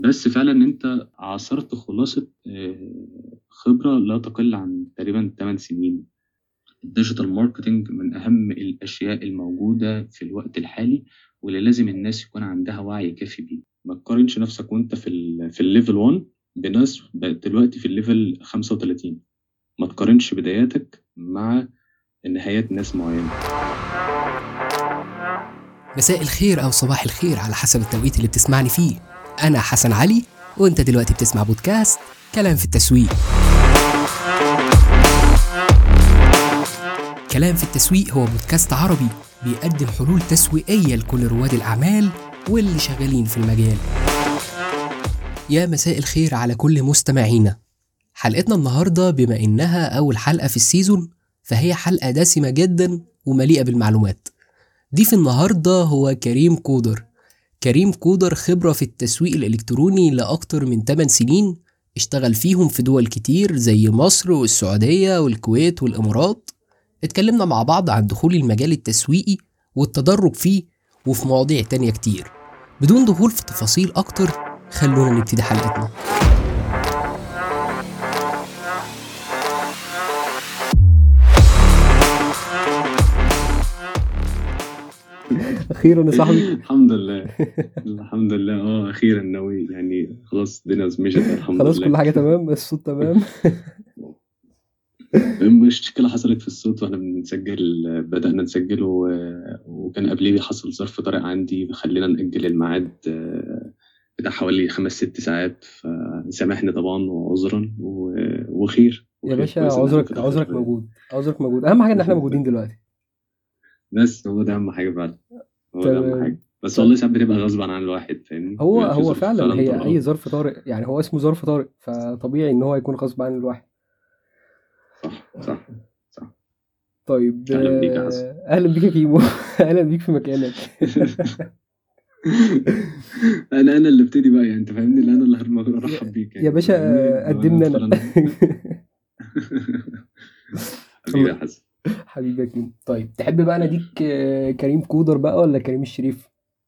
بس فعلا انت عاصرت خلاصة خبرة لا تقل عن تقريبا 8 سنين. الديجيتال ماركتينج من أهم الأشياء الموجودة في الوقت الحالي، واللي لازم الناس يكون عندها وعي كافي بيه. ما تقارنش نفسك وانت في الليفل 1 بناس بقت دلوقتي في الليفل 35. ما تقارنش بداياتك مع نهايات ناس معينة. مساء الخير أو صباح الخير على حسب التوقيت اللي بتسمعني فيه. أنا حسن علي، وأنت دلوقتي بتسمع بودكاست كلام في التسويق. كلام في التسويق هو بودكاست عربي بيقدم حلول تسويقية لكل رواد الأعمال واللي شغالين في المجال. يا مساء الخير على كل مستمعينا. حلقتنا النهاردة بما إنها أول حلقة في السيزون، فهي حلقة دسمة جدا ومليئة بالمعلومات. ضيف النهاردة هو كريم كودر. كريم كودر خبرة في التسويق الإلكتروني لأكتر من 8 سنين، اشتغل فيهم في دول كتير زي مصر والسعودية والكويت والإمارات. اتكلمنا مع بعض عن دخول المجال التسويقي والتدرج فيه وفي مواضيع تانية كتير. بدون دخول في تفاصيل أكتر، خلونا نبتدي حلقتنا. أخيرا يا صاحبي. الحمد لله. الحمد لله، اخيرا ناوي يعني خلاص الدنيا مشيت الحمد خلاص لله. كل حاجة تمام، الصوت تمام. مشكلة حصلت في الصوت واحنا بنسجل، بدأنا نسجل وكان قبليه حصل ظرف طارئ عندي خلينا نأجل الميعاد بتاع حوالي 5 6 ساعات، فسامحني طبعا وعذرا وخير يا وخير، باشا، كويس ان احنا في عذرك الآخر. موجود، عذرك موجود. أهم حاجة إن احنا موجودين دلوقتي. بس هو ده أهم حاجة فعلا. هو ده أهم تمام. حاجة، بس والله ساعات بتبقى غصب عن الواحد، فاهمني، بيبقى في هو ظروف فعلا فعلا هي أي طارئة. ظرف طارئ، يعني هو اسمه ظرف طارئ، فطبيعي إن هو يكون غصب عن الواحد. صح صح صح. طيب، أهلا بيك يا حسن. أهلا بيك يا كيمو. أهلا بيك في مكانك. انا اللي ابتدي بقى، يعني انت فاهمني، اللي انا اللي هرحب بيك، يا يعني انت باشا، فاهمني، لو انا قدمنا ادخل أنا. انا. حبيبي يا حسن. حبيبي يا كيمو. طيب، تحب بقى أناديك كريم كودر بقى ولا كريم الشريف؟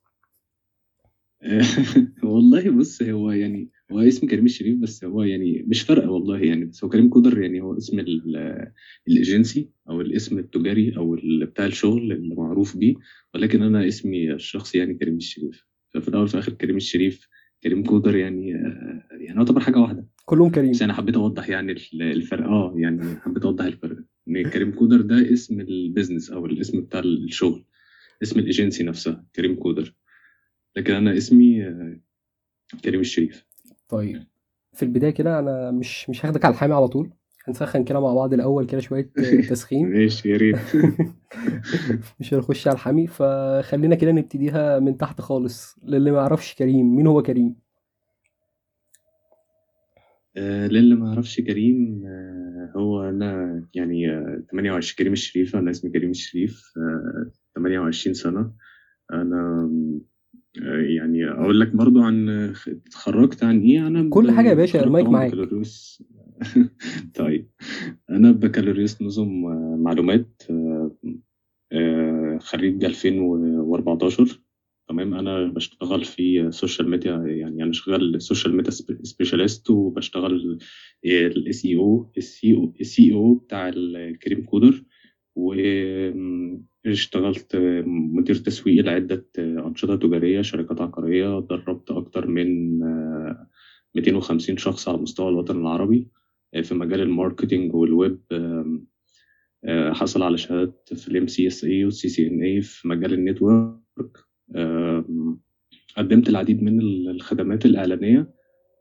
والله بص، هو يعني هو اسم كريم الشريف، بس هو يعني مش فارقه والله، يعني بس هو كريم كودر، يعني هو اسم الايجنسي او الاسم التجاري او بتاع الشغل اللي معروف بيه، ولكن انا اسمي الشخصي يعني كريم الشريف. ففي الاول وفي الاخر كريم الشريف، كريم كودر، يعني يعني يعتبر حاجه واحده. كلهم بس كريم. انا حبيت اوضح يعني الفرق، يعني حبيت اوضح الفرق ان كريم كودر ده اسم البيزنس او الاسم بتاع الشغل، اسم الايجنسي نفسها كريم كودر، لكن انا اسمي كريم الشريف. طيب، في البداية كده أنا مش هاخدك على الحامي على طول. هنسخن كده مع بعض الأول كده شوية تسخين. ماشي يا ريت. مش هنخش على الحامي، فخلينا كده نبتديها من تحت خالص. للي ما يعرفش كريم، مين هو كريم؟ للي ما يعرفش كريم، هو انا يعني 28 كريم الشريف، انا اسمي كريم الشريف، 28 سنة. انا يعني اقول لك برضو عن اتخرجت عن ايه. انا كل حاجة يا باشا، اتخرجت المايك طبعا معاك. بكالوريوس. طيب، انا بكالوريوس نظم معلومات، خريج 2014. تمام، انا بشتغل في سوشيال ميديا، يعني انا شغال سوشيال ميديا سبيشاليست، وبشتغل الاس اي او السي او بتاع الكريم كودر. واشتغلت مدير تسويق لعدة أنشطة تجارية، شركات عقارية. دربت أكتر من 250 شخص على مستوى الوطن العربي في مجال الماركتينج والويب. حصل على شهادات في الام سي اس اي والسي سي ان اي في مجال النتورك. قدمت العديد من الخدمات الإعلانية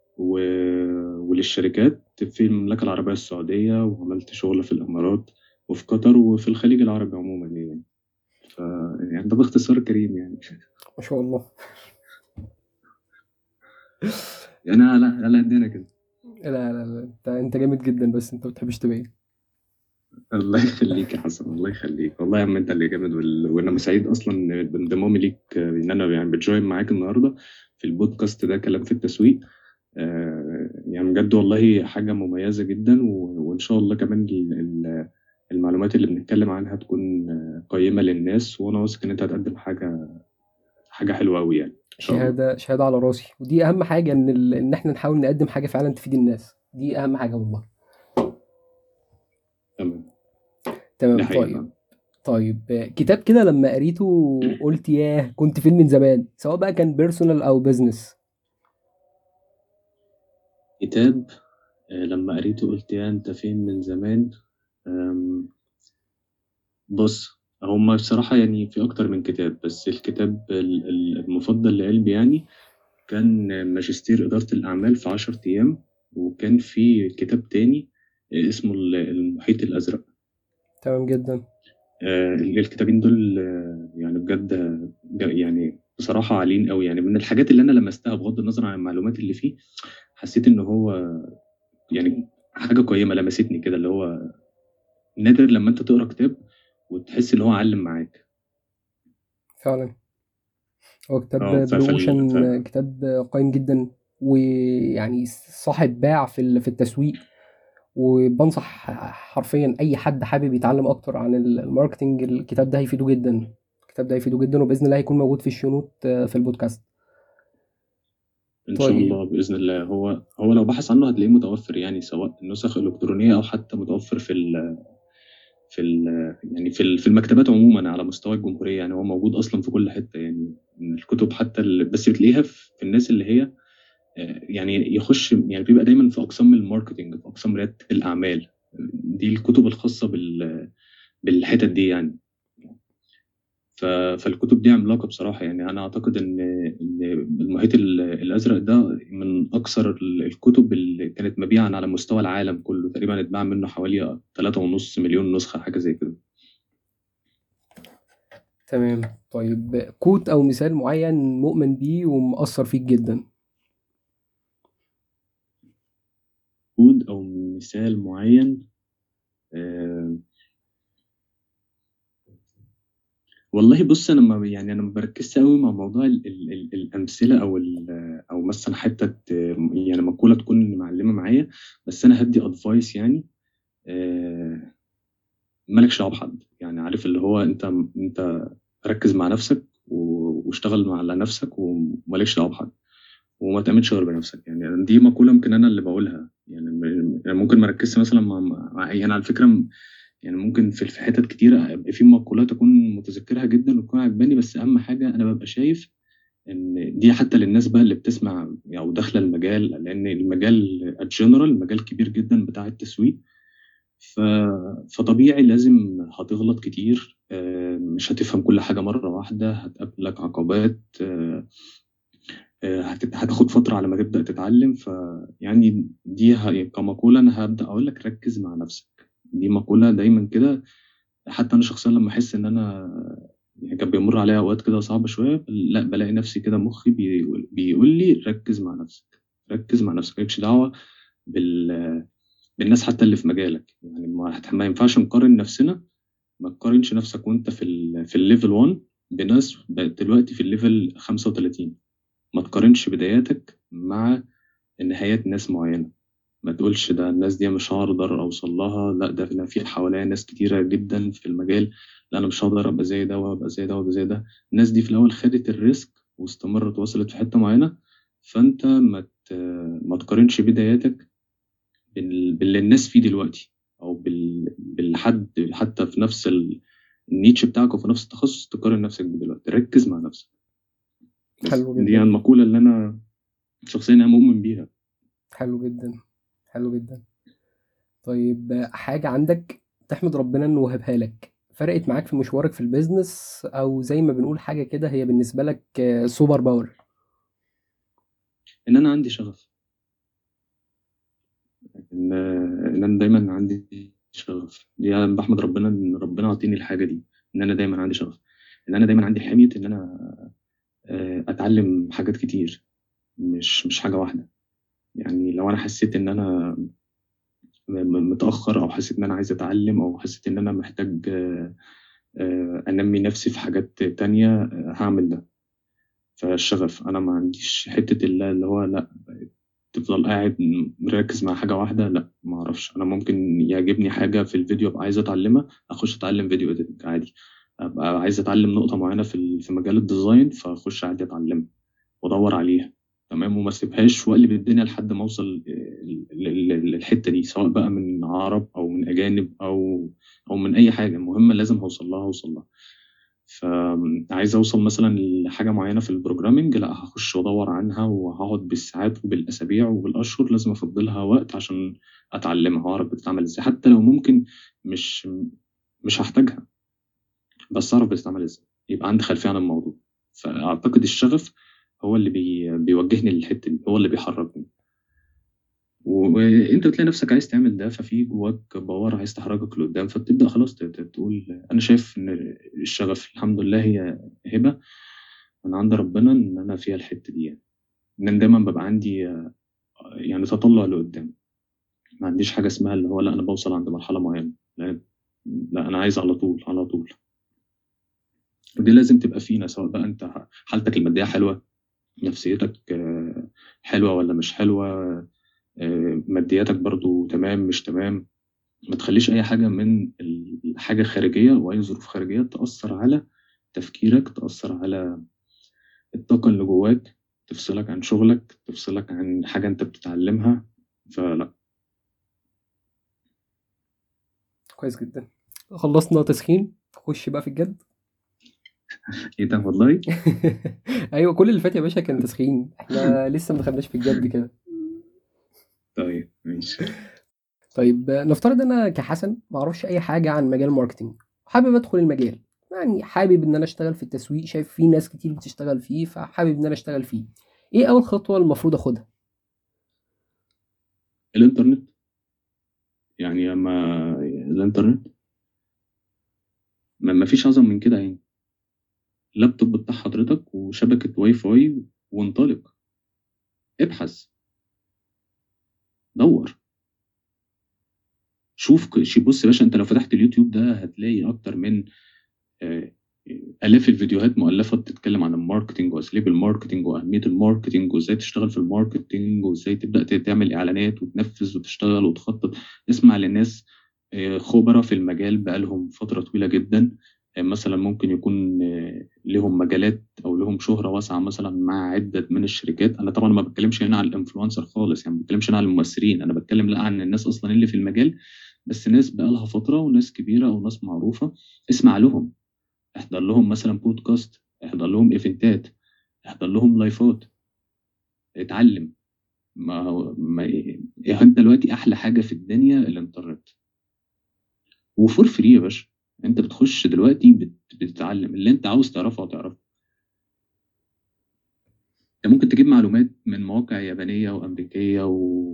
وللشركات في المملكة العربية السعودية، وعملت شغل في الإمارات وفي قطر وفي الخليج العربي عموما يعني. ف يعني ده باختصار كريم يعني. ما شاء الله. يعني على قدنا كده. لا لا لا، انت جامد جدا، بس انت ما بتحبش تبين. الله يخليك يا حسن، الله يخليك والله يا عم، انت اللي جامد، وانا سعيد اصلا بانضمامي ليك، ان انا يعني بتجوين معاك النهارده في البودكاست ده كلام في التسويق. يعني بجد والله حاجه مميزه جدا، وان شاء الله كمان المعلومات اللي بنتكلم عنها تكون قيمه للناس، وانا واثق ان انت هتقدم حاجه حاجة حلوة أوي يعني إن شاء الله. شهادة على راسي، ودي اهم حاجة، ان احنا نحاول نقدم حاجة فعلا تفيد الناس، دي اهم حاجة والله. تمام. دي تمام. حقيقة طيب. فعلا. كتاب كده لما قريته قلت ياه كنت فين من زمان، سواء بقى كان بيرسونال او بيزنس. كتاب لما قريته قلت يا أنت فين من زمان. آم، بص، هما بصراحة يعني في أكتر من كتاب، بس الكتاب المفضل لقلبي يعني كان ماجستير إدارة الأعمال في 10 أيام. وكان في كتاب تاني اسمه المحيط الأزرق. تمام جدا. الكتابين دول يعني بجد يعني بصراحة عاليين قوي، يعني من الحاجات اللي أنا لمستها بغض النظر عن المعلومات اللي فيه. حسيت إن هو يعني حاجة قيمة لمستني كده، اللي هو نادر لما أنت تقرأ كتاب وتحس إن هو علم معاك. فعلا. هو كتاب اه بلو اوشن كتاب قيم جدا، ويعني صاحب باع في التسويق. وبنصح حرفيا اي حد حابب يتعلم اكتر عن الماركتينج، الكتاب ده هيفيده جدا. الكتاب ده هيفيده جدا، وباذن الله هيكون موجود في الشنوت في البودكاست. إن شاء طيب. الله بإذن الله. هو لو بحث عنه هتلاقيه متوفر، يعني سواء نسخ إلكترونية أو حتى متوفر في يعني في المكتبات عموما على مستوى الجمهورية. يعني هو موجود أصلا في كل حتة، يعني من الكتب حتى بس بتلاقيها في الناس اللي هي يعني يخش، يعني بيبقى دايما في أقسام الماركتينج، في أقسام ريادة الأعمال. دي الكتب الخاصة بالحتت دي يعني. فالكتب دي عملاقة بصراحة. يعني أنا أعتقد إن المحيط الأزرق ده من أكثر الكتب اللي كانت مبيعا على مستوى العالم كله، تقريبا اتباع منه حوالي 3.5 مليون نسخة، حاجة زي كده. تمام. طيب، كوت او مثال معين مؤمن بيه ومأثر فيك جدا. كود أو مثال معين. آه، والله بص، أنا ما يعني أنا ما بركزش قوي مع موضوع ال الأمثلة أو مثلا حتة يعني مقولة تكون معلمة معايا. بس أنا هدي أدفايس يعني. آه، مالكش دعوة بحد، يعني عارف اللي هو أنت ركز مع نفسك واشتغل على نفسك ومالكش دعوة بحد، وما تعملش غير بنفسك. يعني دي مقولة يمكن أنا اللي بقولها، يعني يعني ممكن ما ركزش مثلا مع أي. أنا على فكرة يعني ممكن في حتت كتيرة يبقى في مقولات أكون متذكرها جدا وتكون عجباني، بس أهم حاجة أنا ببقى شايف إن دي حتى للناس بقى اللي بتسمع أو داخلة المجال، لأن المجال الجنرال مجال كبير جدا بتاع التسويق. ف... فطبيعي لازم هتغلط كتير، مش هتفهم كل حاجة مرة واحدة، هتقابلك عقبات، هتاخد فترة على ما تبدأ تتعلم. يعني دي كمقولة أنا هبدأ أقول لك ركز مع نفسك. دي مقولة دايما كده. حتى أنا شخصيا لما أحس إن أنا يعني كان بيمر عليا أوقات كده صعبة شوية، لا بلاقي نفسي كده مخي بيقول لي ركز مع نفسك. ركز مع نفسك، مالكش دعوة بالناس حتى اللي في مجالك. يعني ما ينفعش نقارن نفسنا. ما تقارنش نفسك وانت في الليفل 1 بناس بقت دلوقتي في الليفل 35. ما تقارنش بداياتك مع نهايات ناس معينة. ما تقولش ده الناس دي مش هقدر اوصل لها، لا ده انا في حواليا ناس كتيرة جدا في المجال، لا انا مش هقدر ابقى زي ده وابقى زي ده وابقى زي ده. الناس دي في الاول خدت الريسك واستمرت وصلت في حتة معينة. فانت ما تقارنش بداياتك باللي الناس فيه دلوقتي، او بالحد حتى في نفس النيتش بتاعك وفي نفس التخصص. تقارن نفسك بدلوقتي، ركز مع نفسك. بس حلو دي جدا. المقولة اللي انا شخصيا انا مؤمن بيها. حلو جدا. حلو جدا. طيب، حاجة عندك تحمد ربنا انه وهبها لك، فرقت معاك في مشوارك في البيزنس، او زي ما بنقول حاجة كده هي بالنسبة لك سوبر باور. ان انا عندي شغف. ان انا دايما عندي شغف. دي انا بحمد ربنا ان ربنا عطيني الحاجة دي، ان انا دايما عندي شغف. ان انا دايما عندي حمية ان انا اتعلم حاجات كتير، مش حاجة واحدة. يعني لو انا حسيت ان انا متأخر، أو حسيت إن أنا عايز أتعلم، أو حسيت إن أنا محتاج أنمي نفسي في حاجات تانية، هعمل ده. فالشغف أنا ما عنديش حتة اللي هو لأ تفضل قاعد مركز مع حاجة واحدة. لأ ما أعرفش، أنا ممكن يعجبني حاجة في الفيديو أبقى عايز أتعلمها، أخش أتعلم فيديو إيديتنج عادي. ابقى عايز اتعلم نقطه معينه في مجال الديزاين، فاخش عادي اتعلمها وادور عليها، تمام، وما اسيبهاش واقلب الدنيا لحد ما اوصل للحته دي، سواء بقى من عرب او من اجانب او من اي حاجه، المهم لازم هوصل لها. فعايز اوصل مثلا لحاجه معينه في البروجرامينج، لا هخش وادور عنها وهقعد بالساعات وبالاسابيع وبالاشهر، لازم افضلها وقت عشان اتعلمها واعرف بتتعمل ازاي، حتى لو ممكن مش مش هحتاجها، بس اعرف بتتعمل ازاي، يبقى عندي خلفيه عن الموضوع. فاعتقد الشغف هو اللي بيوجهني للحته دي، هو اللي بيحركني. وانت بتلاقي نفسك عايز تعمل ده، ففي جواك باور عايز تحركك لقدام، فبتبدا خلاص تقول انا شايف ان الشغف الحمد لله هي هبه من عند ربنا ان انا فيها الحته دي، يعني ان أنا دايما ببقى عندي يعني تطلع لقدام، ما عنديش حاجه اسمها اللي هو لا انا بوصل عند مرحله معينه، لا, لا انا عايز على طول على طول. ودي لازم تبقى فينا، سواء بقى انت حالتك الماديه حلوه، نفسيتك حلوه ولا مش حلوه، مادياتك برضو تمام مش تمام، ما تخليش اي حاجه من الحاجه الخارجيه واي ظروف خارجيه تاثر على تفكيرك، تاثر على الطاقه اللي جواك، تفصلك عن شغلك، تفصلك عن حاجه انت بتتعلمها. فلا. كويس جدا. خلصنا تسخين، خش بقى في الجد. ايه ده والله. ايوه، كل اللي فات يا باشا كان تسخين، احنا لسه ما دخلناش في الجد كده. طيب ماشي. طيب نفترض انا كحسن ما اعرفش اي حاجه عن مجال الماركتينج، حابب ادخل المجال، يعني حابب ان انا اشتغل في التسويق، شايف في ناس كتير بتشتغل فيه فحابب ان انا اشتغل فيه. ايه اول خطوه المفروض اخدها؟ الانترنت، يعني اما الانترنت ما فيش اعظم من كده يعني، اللابتوب بتاع حضرتك وشبكه واي فاي، وانطلق، ابحث، دور، بص يا باشا، انت لو فتحت اليوتيوب ده هتلاقي اكتر من آه، آلاف الفيديوهات مؤلفة بتتكلم عن الماركتينج وأساليب الماركتينج وأهمية الماركتينج وإزاي تشتغل في الماركتينج وإزاي تبدأ تعمل إعلانات وتنفذ وتشتغل وتخطط. اسمع لناس خبراء في المجال بقالهم فترة طويلة جدا، مثلا ممكن يكون لهم مجالات أو لهم شهرة واسعة مثلا مع عدة من الشركات. أنا طبعا ما بتكلمش هنا عن الإنفلونسر خالص، يعني ما بتكلمش هنا عن الممثلين، أنا بتكلم لا عن الناس أصلا اللي في المجال، بس ناس بقالها فترة وناس كبيرة أو ناس معروفة. اسمع لهم، احضر لهم مثلا بودكاست، احضر لهم ايفنتات، احضر لهم لايفات، اتعلم. انت دلوقتي احلى حاجه في الدنيا الانترنت، وفور فري يا باشا. انت بتخش دلوقتي بتتعلم اللي انت عاوز تعرفه هتعرفه. انت ممكن تجيب معلومات من مواقع يابانيه وامريكيه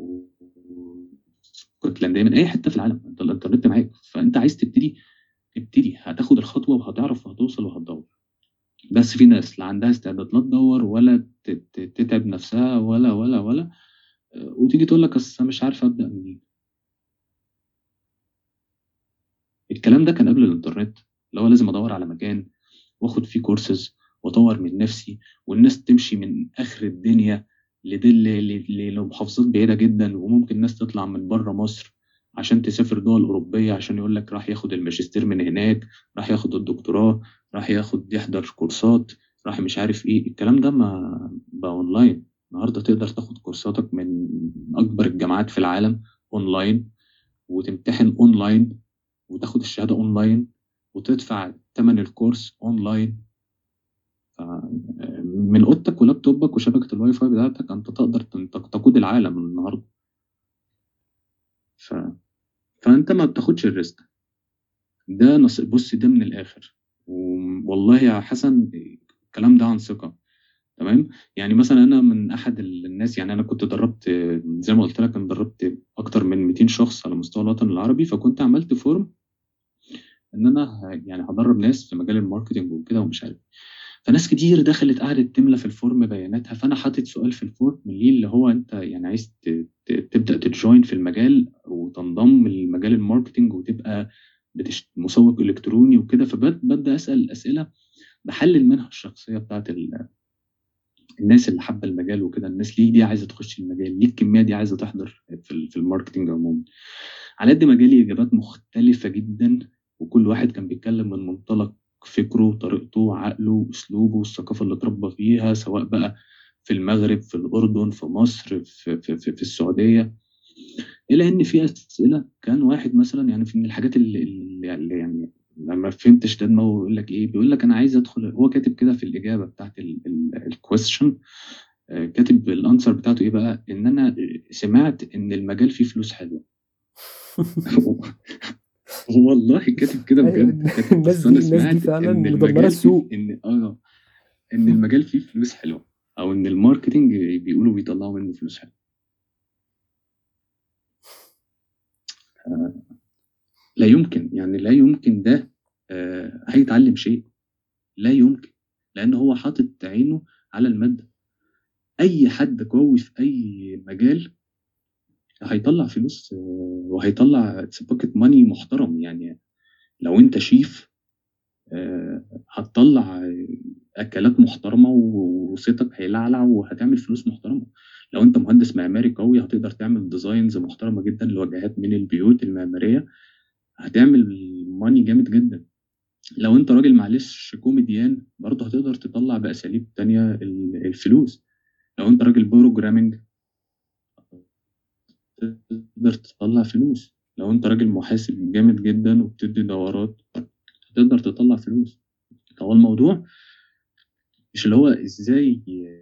واسكتلنديه، من اي حته في العالم، انت الانترنت معاك، فانت عايز تبتدي، ابتدي، هتاخد الخطوه وهتعرف وهتوصل وهتدور. بس في ناس لا عندها استعداد لا تدور ولا تتعب نفسها ولا وتيجي تقول لك اصل أنا مش عارف ابدا منين. الكلام ده كان قبل الانترنت، اللي هو لازم ادور على مكان واخد فيه كورسز واطور من نفسي، والناس تمشي من اخر الدنيا لمحافظات بعيده جدا، وممكن ناس تطلع من بره مصر عشان تسافر دول اوروبيه، عشان يقول لك راح ياخد الماجستير من هناك، راح ياخد الدكتوراه، راح يحضر كورسات، راح مش عارف ايه الكلام ده. ما بقى اونلاين النهارده، تقدر تاخد كورساتك من اكبر الجامعات في العالم اونلاين، وتمتحن اونلاين، وتاخد الشهاده اونلاين، وتدفع ثمن الكورس اونلاين. من اوضتك ولابتوبك وشبكه الواي فاي بتاعتك انت تقدر تقود العالم النهارده. ف... فانت ما بتاخدش الريسك ده، بص ده من الاخر. والله يا حسن الكلام ده عن ثقه، تمام. يعني مثلا انا من احد الناس، يعني انا كنت دربت زي ما قلت لك، انا دربت اكتر من 200 شخص على مستوى الوطن العربي، فكنت عملت فورم ان انا يعني هدرب ناس في مجال الماركتنج وكده ومش عارف. فناس كتير دخلت قعدت تملى في الفورم بياناتها، فانا حاطط سؤال في الفورم ليه، اللي هو انت يعني عايز تبدا تجوين في المجال وتنضم لمجال الماركتنج وتبقى مسوق الكتروني وكده. فببدا اسال اسئله بحلل منها الشخصيه بتاعت الناس اللي حابه المجال وكده، الناس ليه دي عايزه تخش المجال، ليه الكميه دي عايزه تحضر في الماركتنج عموما. على قد ما جالي اجابات مختلفه جدا، وكل واحد كان بيتكلم من منطلق فكره، طريقته، عقله، اسلوبه، الثقافه اللي اتربى فيها، سواء بقى في المغرب، في الاردن، في مصر، في السعوديه. إلى إن في أسئلة كان واحد مثلا، يعني في من الحاجات اللي يعني لما فهمتش ده دماغه، يقول لك إيه، بيقول لك أنا عايز أدخل، هو كاتب كده في الإجابة بتاعت الكويستشن، كاتب الأنسر بتاعته إيه بقى، إن أنا سمعت إن المجال فيه فلوس حلوة. والله كاتب كده ايوه. بجد، كاتب الناس بس دي أنا الناس دي سمعت فعلا إن مدمره المجال فيه السوق. إن المجال فيه فلوس حلوة، أو إن الماركتينج بيقولوا بيطلعوا منه فلوس حلوة. لا يمكن، يعني لا يمكن ده هيتعلم شيء، لا يمكن، لأن هو حاطط عينه على المادة. أي حد قوي في أي مجال هيطلع فلوس، وهيطلع باكيت ماني محترم. يعني لو أنت شيف، هتطلع أكلات محترمة، وصيتك هيلعلع، وهتعمل فلوس محترمة. لو أنت مهندس معماري قوي، هتقدر تعمل ديزاينز محترمة جدا لواجهات من البيوت المعمارية، هتعمل ماني جامد جدا. لو انت راجل معلش كوميديان، برضه هتقدر تطلع بأساليب تانية الفلوس. لو انت راجل بروجرامينج، تقدر تطلع فلوس. لو انت راجل محاسب جامد جدا وبتدي دورات، تقدر تطلع فلوس. هو الموضوع مش اللي هو ازاي،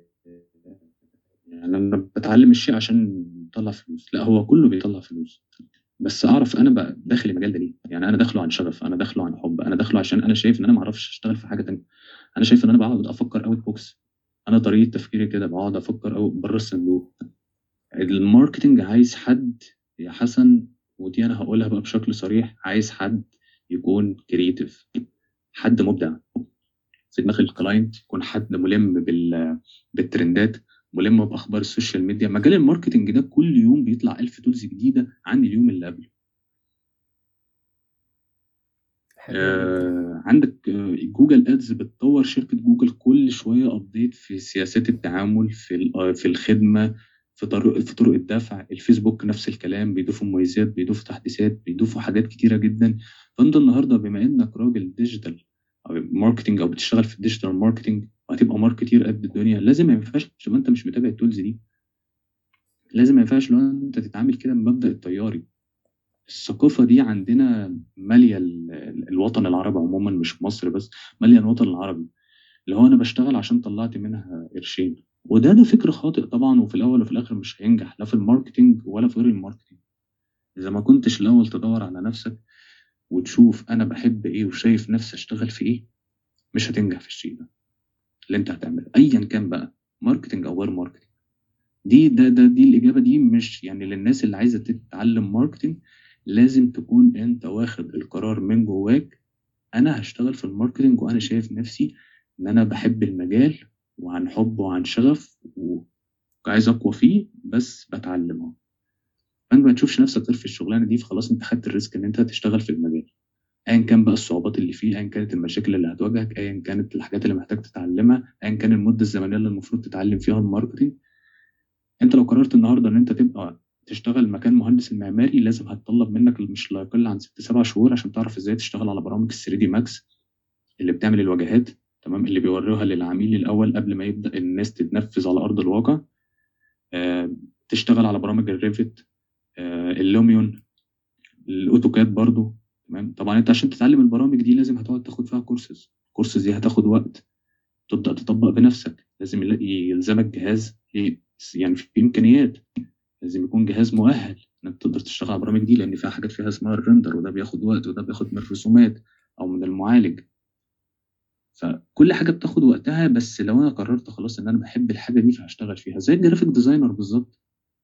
يعني انا بتعلم الشيء عشان يطلع فلوس، لا، هو كله بيطلع فلوس. بس اعرف انا بقى داخل المجال ده ليه. يعني انا داخله عن شغف، انا داخله عن حب، انا داخله عشان انا شايف ان انا ما اعرفش اشتغل في حاجه تانية. انا شايف ان انا بقعد افكر اوت بوكس. انا طريقه تفكيري كده، بقعد افكر او بره الصندوق. الماركتنج عايز حد يا حسن، ودي انا هقولها بقى بشكل صريح، عايز حد يكون كرييتيف، حد مبدع في دماغ الكلاينت، يكون حد ملم بالترندات، ملم باخبار السوشيال ميديا. مجال الماركتنج ده كل يوم بيطلع 1000 تولز جديده عن اليوم اللي قبله. حقيقة جدا. عندك جوجل ادز بتطور، شركة جوجل كل شوية ابديت في سياسات التعامل، في الخدمة، في طرق الدفع. الفيسبوك نفس الكلام، بيضيفوا مميزات، بيضيفوا تحديثات، بيضيفوا حاجات كتيرة جدا. فانت النهاردة بما انك راجل ديجيتال او ماركتنج، او بتشتغل في الديجيتال ماركتنج، وهتبقى ماركتير قد الدنيا، لازم ما ينفعش تبقى انت مش متابع التولز دي. لازم ما ينفعش لو انت تتعامل كده بمبدأ الطياري. الثقافة دي عندنا مالية الوطن العربي عموما، مش مصر بس، مالية الوطن العربي. اللي هو أنا بشتغل عشان طلعت منها قرشين، وده فكر خاطئ طبعا، وفي الأول وفي الآخر مش هينجح لا في الماركتينج ولا في غير الماركتينج. إذا ما كنتش الأول تدور على نفسك وتشوف أنا بحب إيه وشايف نفسي أشتغل في إيه، مش هتنجح في الشيء ده اللي أنت هتعمله، أيا كان بقى ماركتينج أو غير ماركتينج. دي الإجابة دي مش يعني للناس اللي عايزة تتعلم ماركتينج. لازم تكون أنت واخد القرار من جواك، أنا هشتغل في الماركتينج وأنا شايف نفسي إن أنا بحب المجال، وعن حب وعن شغف، وعايز أقوى فيه، بس بتعلمه. فأنت ما تشوفش نفسك غير في الشغلانة دي، فخلاص أنت خدت الريسك إن أنت تشتغل في المجال، أيا كان بقى الصعوبات اللي فيه، أيا كانت المشاكل اللي هتواجهك، أيا كانت الحاجات اللي محتاج تتعلمها، أيا كان المدة الزمنية اللي المفروض تتعلم فيها الماركتينج. انت لو قررت النهارده ان انت تبقى تشتغل مكان مهندس المعماري، لازم هتطلب منك مش لا يقل عن 6 7 شهور عشان تعرف ازاي تشتغل على برامج 3 دي ماكس اللي بتعمل الواجهات، تمام، اللي بيوريها للعميل الاول قبل ما يبدا الناس تتنفذ على ارض الواقع. آه، تشتغل على برامج الريفت، اللوميون، الاوتوكاد برضو. تمام، طبعا انت عشان تتعلم البرامج دي لازم هتقعد تاخد فيها كورسز دي هتاخد وقت، تبدا تطبق بنفسك. لازم يلزمك جهاز، يعني في امكانيات، لازم يكون جهاز مؤهل انك تقدر تشتغل على البرامج دي، لان فيها حاجات فيها اسمها الرندر، وده بياخد وقت، وده بياخد من الرسومات او من المعالج. فكل حاجه بتاخد وقتها. بس لو انا قررت خلاص ان انا بحب الحاجه دي، فهشتغل فيها زي الجرافيك ديزاينر بالظبط.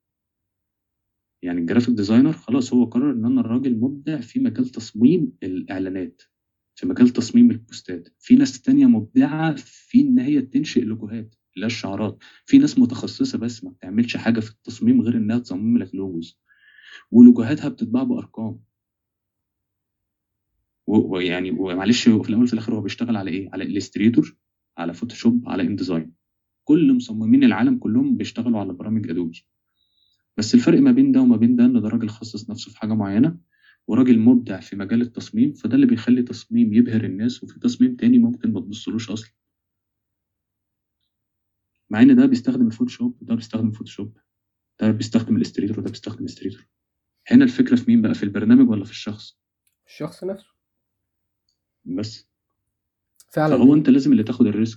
يعني الجرافيك ديزاينر خلاص هو قرر ان انا الراجل مبدع في مجال تصميم الاعلانات، في مجال تصميم البوستات. في ناس تانية مبدعة في ان هي تنشئ لوجوهات، لا الشعارات. في ناس متخصصة بس ما بتعملش حاجة في التصميم غير انها تصمم لك لوجوز، ولوجوهاتها بتتباع بارقام. ويعني ومعلش، في الاول وفي الاخر هو بيشتغل على ايه؟ على الستريتور، على فوتوشوب، على انديزاين. كل مصممين العالم كلهم بيشتغلوا على برامج ادوبي. بس الفرق ما بين ده وما بين ده ان ده راجل خصص نفسه في حاجه معينه، وراجل مبدع في مجال التصميم، فده اللي بيخلي تصميم يبهر الناس، وفي تصميم تاني ممكن ما تبصلوش اصلا، مع ان ده بيستخدم الفوتوشوب وده بيستخدم الفوتوشوب، ده بيستخدم الاستريتور وده بيستخدم الاستريتور. هنا الفكرة في مين بقى، في البرنامج ولا في الشخص؟ الشخص نفسه بس. فعلا. فهو انت لازم اللي تاخد الريسك.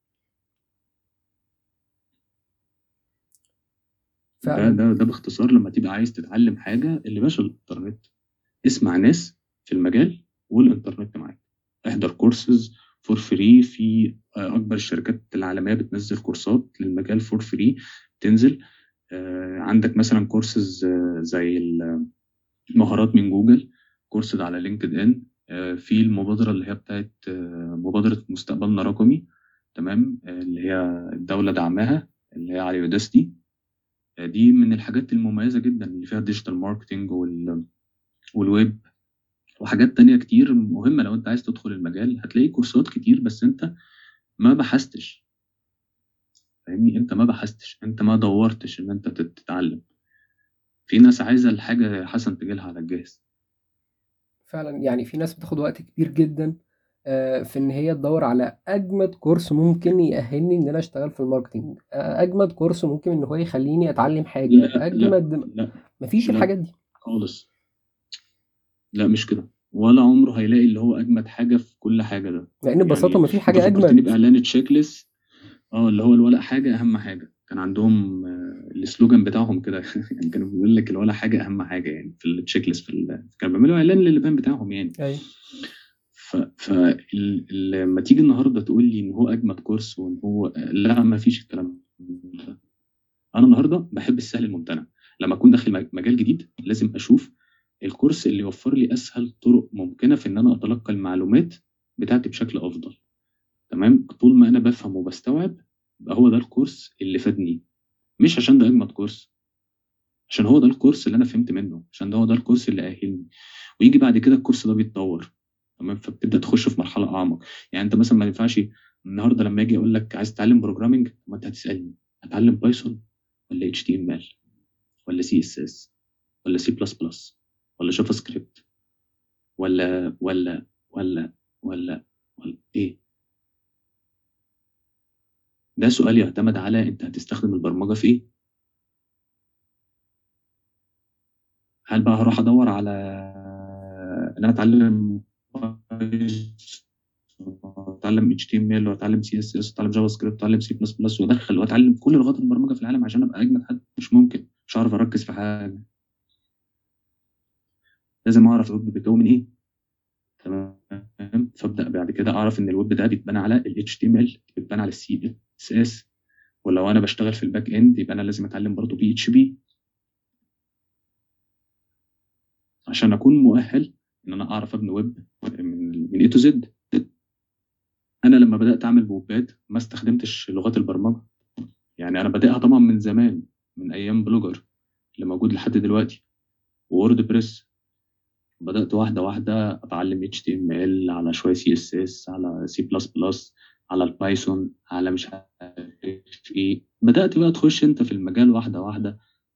ده فعلا ده ده باختصار، لما تبقى عايز تتعلم حاجة، اللي باشا الانترنت، اسمع ناس في المجال والانترنت معاك، احضر كورسز فور فري في اكبر الشركات العالمية بتنزل كورسات للمجال فور فري، تنزل. عندك مثلا كورسز زي المهارات من جوجل، كورسز على لينكد ان، في المبادرة اللي هي بتاعت مبادرة مستقبلنا رقمي، تمام، اللي هي الدولة دعمها، اللي هي على يوداستي. دي من الحاجات المميزة جدا اللي فيها ديجيتال ماركتينج والويب وحاجات تانية كتير مهمة. لو انت عايز تدخل المجال هتلاقي كورسات كتير، بس انت ما بحثتش، فاهمني؟ انت ما بحثتش، انت ما دورتش ان انت تتعلم. في ناس عايزة الحاجة حسن تجيلها على الجاهز. فعلا يعني في ناس بتاخد وقت كبير جدا في ان هي تدور على اجمد كورس ممكن يأهلني ان انا اشتغل في الماركتينج، اجمد كورس ممكن ان هو يخليني اتعلم حاجة لا لا اجمد. لا مفيش لا الحاجات دي. خالص. لا مش كده، ولا عمره هيلاقي اللي هو اجمد حاجة في كل حاجة ده. لان ببساطة يعني مفيش انت حاجة فكرتني اجمد. باعلان تشيك ليست، اللي هو الولا حاجة أهم حاجة، كان عندهم السلوجان بتاعهم كده يعني كانوا بيقول لك الولا حاجة أهم حاجة، يعني في التشيك ليست، كانوا بيعملوا إعلان للبان بتاعهم يعني. ايوه لما تيجي النهاردة تقول لي إن هو أجمد كورس وإن هو لا، ما فيش الكلام ده. أنا النهاردة بحب السهل الممتنع. لما أكون داخل مجال جديد لازم أشوف الكورس اللي يوفر لي أسهل طرق ممكنة في إن أنا أتلقى المعلومات بتاعتي بشكل أفضل. تمام، طول ما أنا بفهم وبستوعب يبقى هو ده الكورس اللي فادني، مش عشان ده اجمد كورس، عشان هو ده الكورس اللي انا فهمت منه، عشان ده هو ده الكورس اللي اهلني. ويجي بعد كده الكورس ده بيتطور، تمام، فبتبدا تخش في مرحله اعمق. يعني انت مثلا ما ينفعش النهارده لما اجي اقول لك عايز تتعلم بروجرامنج، ما انت هتسالني اتعلم بايثون ولا اتش تي ام ال ولا سي اس اس ولا سي بلس بلس ولا جافا سكريبت ولا ايه؟ ده سؤال يعتمد على انت هتستخدم البرمجه في ايه. هل بقى هروح ادور على ان انا اتعلم اتعلم HTML واتعلم CSS واتعلم جافا سكريبت واتعلم سي بلس بلس وادخل واتعلم كل لغات البرمجه في العالم عشان ابقى اجمد حد؟ مش ممكن، مش هعرف اركز في حاجه. لازم اعرف الويب بيتكون من ايه، تمام. فابدا بعد كده اعرف ان الويب ده بيتبنى على ال HTML، بيتبنى على ال CSS، ولو انا بشتغل في الباك اند يبقى انا لازم اتعلم برضه PHP عشان اكون مؤهل ان انا اعرف ابني ويب من A to Z. انا لما بدات اعمل بوبات ما استخدمتش لغات البرمجه، يعني انا بادئها طبعا من زمان، من ايام بلوجر اللي موجود لحد دلوقتي، وورد بريس. بدات واحده واحده اتعلم HTML على شويه CSS على C++، على البايثون، على مش عارف ايه. بدات بقى تخش انت في المجال واحده واحده،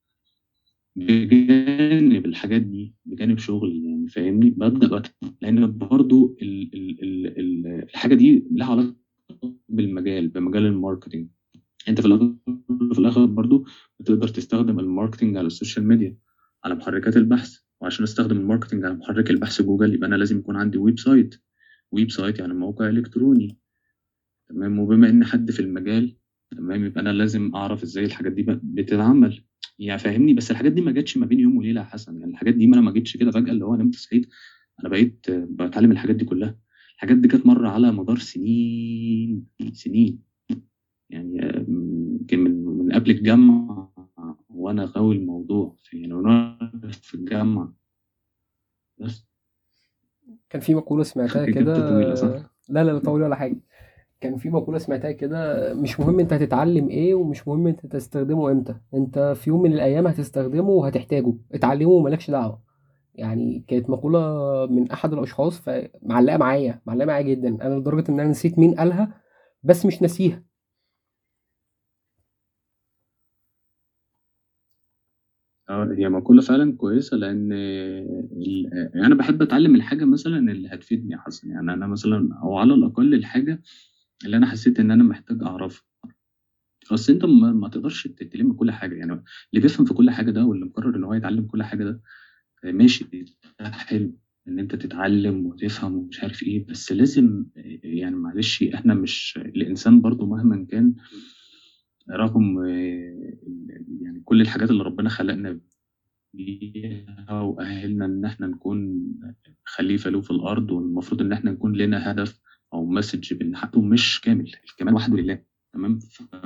بجانب الحاجات دي، بجانب شغل يعني، فاهمني؟ ببدا بقى لان برضو الحاجه دي لها علاقه بالمجال، بمجال الماركتينج. انت في الاول وفي الاخر برضو بتقدر تستخدم الماركتينج على السوشيال ميديا، على محركات البحث. وعشان استخدم الماركتينج على محرك البحث جوجل يبقى انا لازم يكون عندي ويب سايت. ويب سايت يعني موقع الكتروني، تمام. وبما ان حد في المجال، تمام، يبقى انا لازم اعرف ازاي الحاجات دي بتتعمل، يعني فاهمني؟ بس الحاجات دي ما جاتش ما بين يوم وليله يا حسن، يعني الحاجات دي ما جتش كده فجاه اللي هو نمت صحيت انا بقيت بتعلم الحاجات دي كلها. الحاجات دي كانت مره على مدار سنين سنين، يعني يمكن من قبل الجامعة وأنا غاوي الموضوع، في يعني وأنا في الجامعة بس. كان في مقولة سمعتها كده. إجابتي طويلة صح؟ لا لا لا طويلة ولا حاجة. كان في مقولة سمعتها كده، مش مهم انت هتتعلم ايه ومش مهم انت تستخدمه امتى، انت في يوم من الايام هتستخدمه وهتحتاجه، اتعلمه ومالكش دعوة. يعني كانت مقولة من احد الاشخاص، فمعلقة معايا، معلقة معايا جدا، انا لدرجة ان انا نسيت مين قالها بس مش ناسيها. هي مقولة فعلا كويسة، لأن يعني أنا بحب أتعلم الحاجة مثلا اللي هتفيدني حسن. يعني أنا مثلا، أو على الأقل الحاجة اللي أنا حسيت إن أنا محتاج أعرفها. أصل أنت ما تقدرش تلم كل حاجة. يعني اللي بيفهم في كل حاجة ده، واللي مقرر إن هو يتعلم كل حاجة ده، ماشي، ده حلو إن أنت تتعلم وتفهم ومش عارف إيه. بس لازم يعني معلش، إحنا مش الإنسان برضو مهما كان، رغم يعني كل الحاجات اللي ربنا خلقنا بيها وأهلنا إن إحنا نكون خليفة له في الأرض، والمفروض إن إحنا نكون لنا هدف أو مسج بنحققه، مش كامل. الكمال وحده لله. تمام.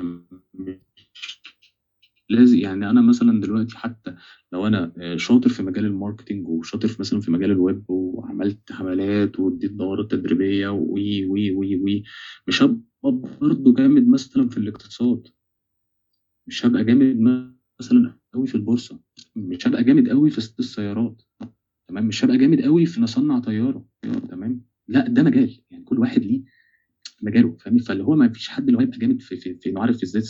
لازم يعني أنا مثلا دلوقتي، حتى لو أنا شاطر في مجال الماركتينج، وشاطر في مثلا في مجال الويب، وعملت حملات واديت دورات تدريبية وي وي وي وي، مش هبقى برضه جامد مثلا في الاقتصاد. مش هبقى جامد مثلا قوي في البورصة. مش هبقى جامد قوي في صيد السيارات. تمام. مش هبقى جامد قوي في نصنع طياره. تمام. لا، ده مجال، يعني كل واحد ليه مجاله، فاهمني؟ فاللي هو ما فيش حد اللي هو يبقى جامد في انه عارف ازاي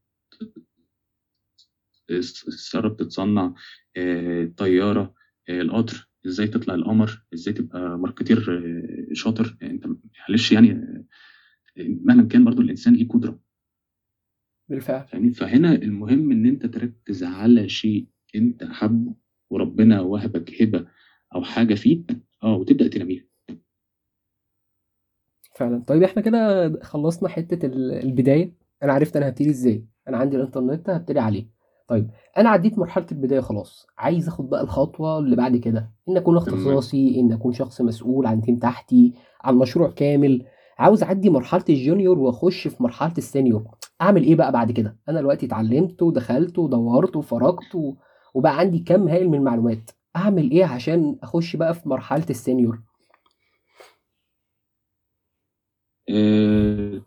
السياره بتتصنع، طياره، القطر ازاي تطلع القمر، ازاي تبقى ماركتير شاطر. انت معلش يعني، مهما كان برضو الانسان ليه قدره. بالفعل. فاهمني؟ فهنا المهم ان انت تركز على شيء انت حابه، وربنا وهبك هبه او حاجه فيك، وتبدا تنميها. فعلا. طيب احنا كده خلصنا حتة البداية. انا عرفت انا هبتدي ازاي، انا عندي الانترنت هبتدي عليه. طيب انا عديت مرحلة البداية خلاص، عايز اخد بقى الخطوة اللي بعد كده، ان اكون تمام. اختصاصي، ان اكون شخص مسؤول عن تيم تحتي، عن مشروع كامل. عاوز اعدي مرحلة الجونيور واخش في مرحلة السينيور. اعمل ايه بقى بعد كده؟ انا دلوقتي اتعلمت ودخلت ودورت وفرجت وبقى عندي كم هائل من المعلومات. اعمل ايه عشان اخش بقى في مرحلة السينيور؟ آه،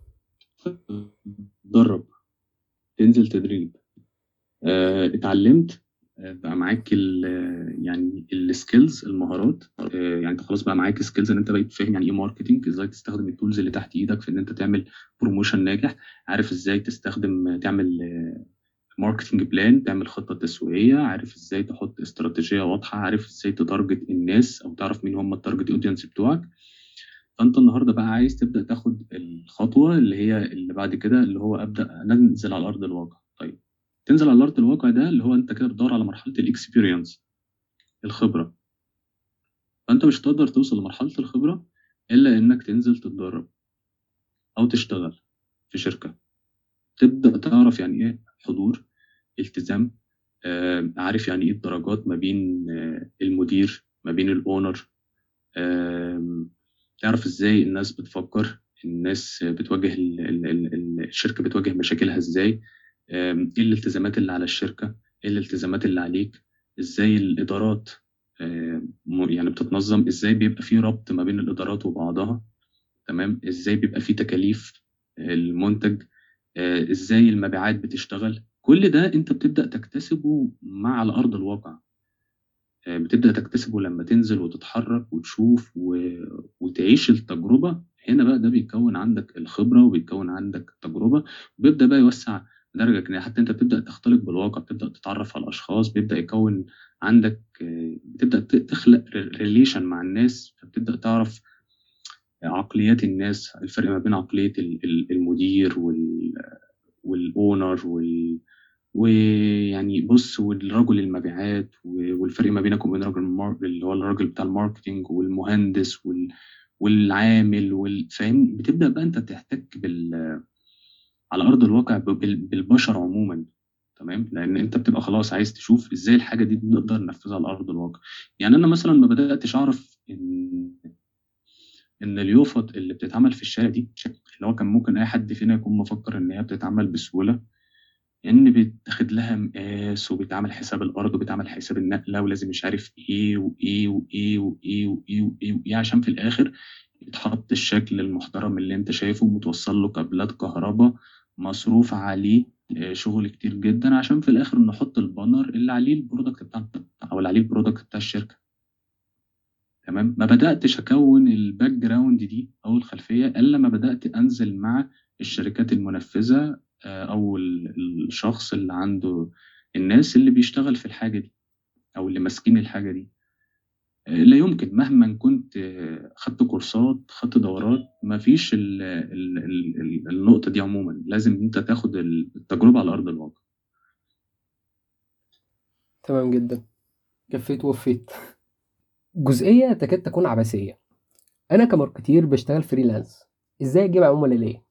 تدرب، تنزل تدريب، اتعلمت، بقى معاك يعني السكيلز، المهارات. يعني انت خلاص بقى معاك سكيلز، ان انت بقيت فاهم يعني ايه ماركتنج، ازاي تستخدم التولز اللي تحت ايدك في ان انت تعمل بروموشن ناجح. عارف ازاي تستخدم، تعمل ماركتنج بلان، تعمل خطة تسويقية، عارف ازاي تحط استراتيجية واضحة، عارف ازاي تتارجت الناس او تعرف مين هم التارجت اودينس بتوعك. فانت النهارده بقى عايز تبدا تاخد الخطوه اللي هي اللي بعد كده، اللي هو ابدا انزل على ارض الواقع. طيب، تنزل على ارض الواقع ده اللي هو انت كده بتدور على مرحله الاكسبيرينس، الخبره. فانت مش هتقدر توصل لمرحله الخبره الا انك تنزل تتدرب او تشتغل في شركه، تبدا تعرف يعني ايه حضور، التزام، عارف يعني ايه الدرجات ما بين المدير، ما بين الاونر، تعرف ازاي الناس بتفكر، الناس بتواجه الشركة بتواجه مشاكلها ازاي، ايه الالتزامات اللي على الشركة، ايه الالتزامات اللي عليك، ازاي الإدارات يعني بتتنظم، ازاي بيبقى في ربط ما بين الإدارات وبعضها. تمام. ازاي بيبقى في تكاليف المنتج، ازاي المبيعات بتشتغل. كل ده انت بتبدأ تكتسبه مع على أرض الواقع. بتبدأ تكتسبه لما تنزل وتتحرك وتشوف وتعيش التجربة. هنا بقى ده بيكون عندك الخبرة وبيكون عندك التجربة، وبيبدأ بقى يوسع درجك. يعني حتى انت بتبدأ تختلط بالواقع، بتبدأ تتعرف على الأشخاص، بيبدأ يكون عندك، بتبدأ تخلق ريليشن مع الناس، فبتبدأ تعرف عقليات الناس، الفرق ما بين عقلية المدير والأونر ويعني بص، والرجل المبيعات، والفرق ما بينك وبين رجل اللي هو الراجل بتاع الماركتينج، والمهندس والعامل فاهم. بتبدأ بقى انت تحتك على أرض الواقع بالبشر عموما. تمام. لأن انت بتبقى خلاص عايز تشوف ازاي الحاجة دي نقدر ننفذها على أرض الواقع. يعني أنا مثلا ما بدأتش أعرف إن اليوفط اللي بتتعمل في الشارع دي، اللي هو كان ممكن أي حد فينا يكون مفكر إن هي بتتعمل بسهولة، ان بيتاخد لها مقاس، وبيتعمل حساب الارض، وبيتعمل حساب النقله، ولازم مش عارف ايه وايه وايه وايه وايه وايه وايه، عشان في الاخر يتحط الشكل المحترم اللي انت شايفه، متوصل له كابلات كهرباء، مصروف عليه شغل كتير جدا، عشان في الاخر نحط البانر اللي عليه البرودكت بتاعنا، او اللي عليه البرودكت بتاع الشركه. تمام. ما بداتش اكون الباك جراوند دي او الخلفيه الا لما بدات انزل مع الشركات المنفذه، او الشخص اللي عنده الناس اللي بيشتغل في الحاجة دي أو اللي ماسكين الحاجة دي. لا يمكن مهما كنت خدت كورسات، خدت دورات، ما فيش النقطة دي عموما. لازم انت تاخد التجربة على أرض الواقع. تمام جدا، كفيت ووفيت. جزئية تكاد تكون عبثية، أنا كماركتير بشتغل فريلانس، إزاي أجيب عملاء ليا؟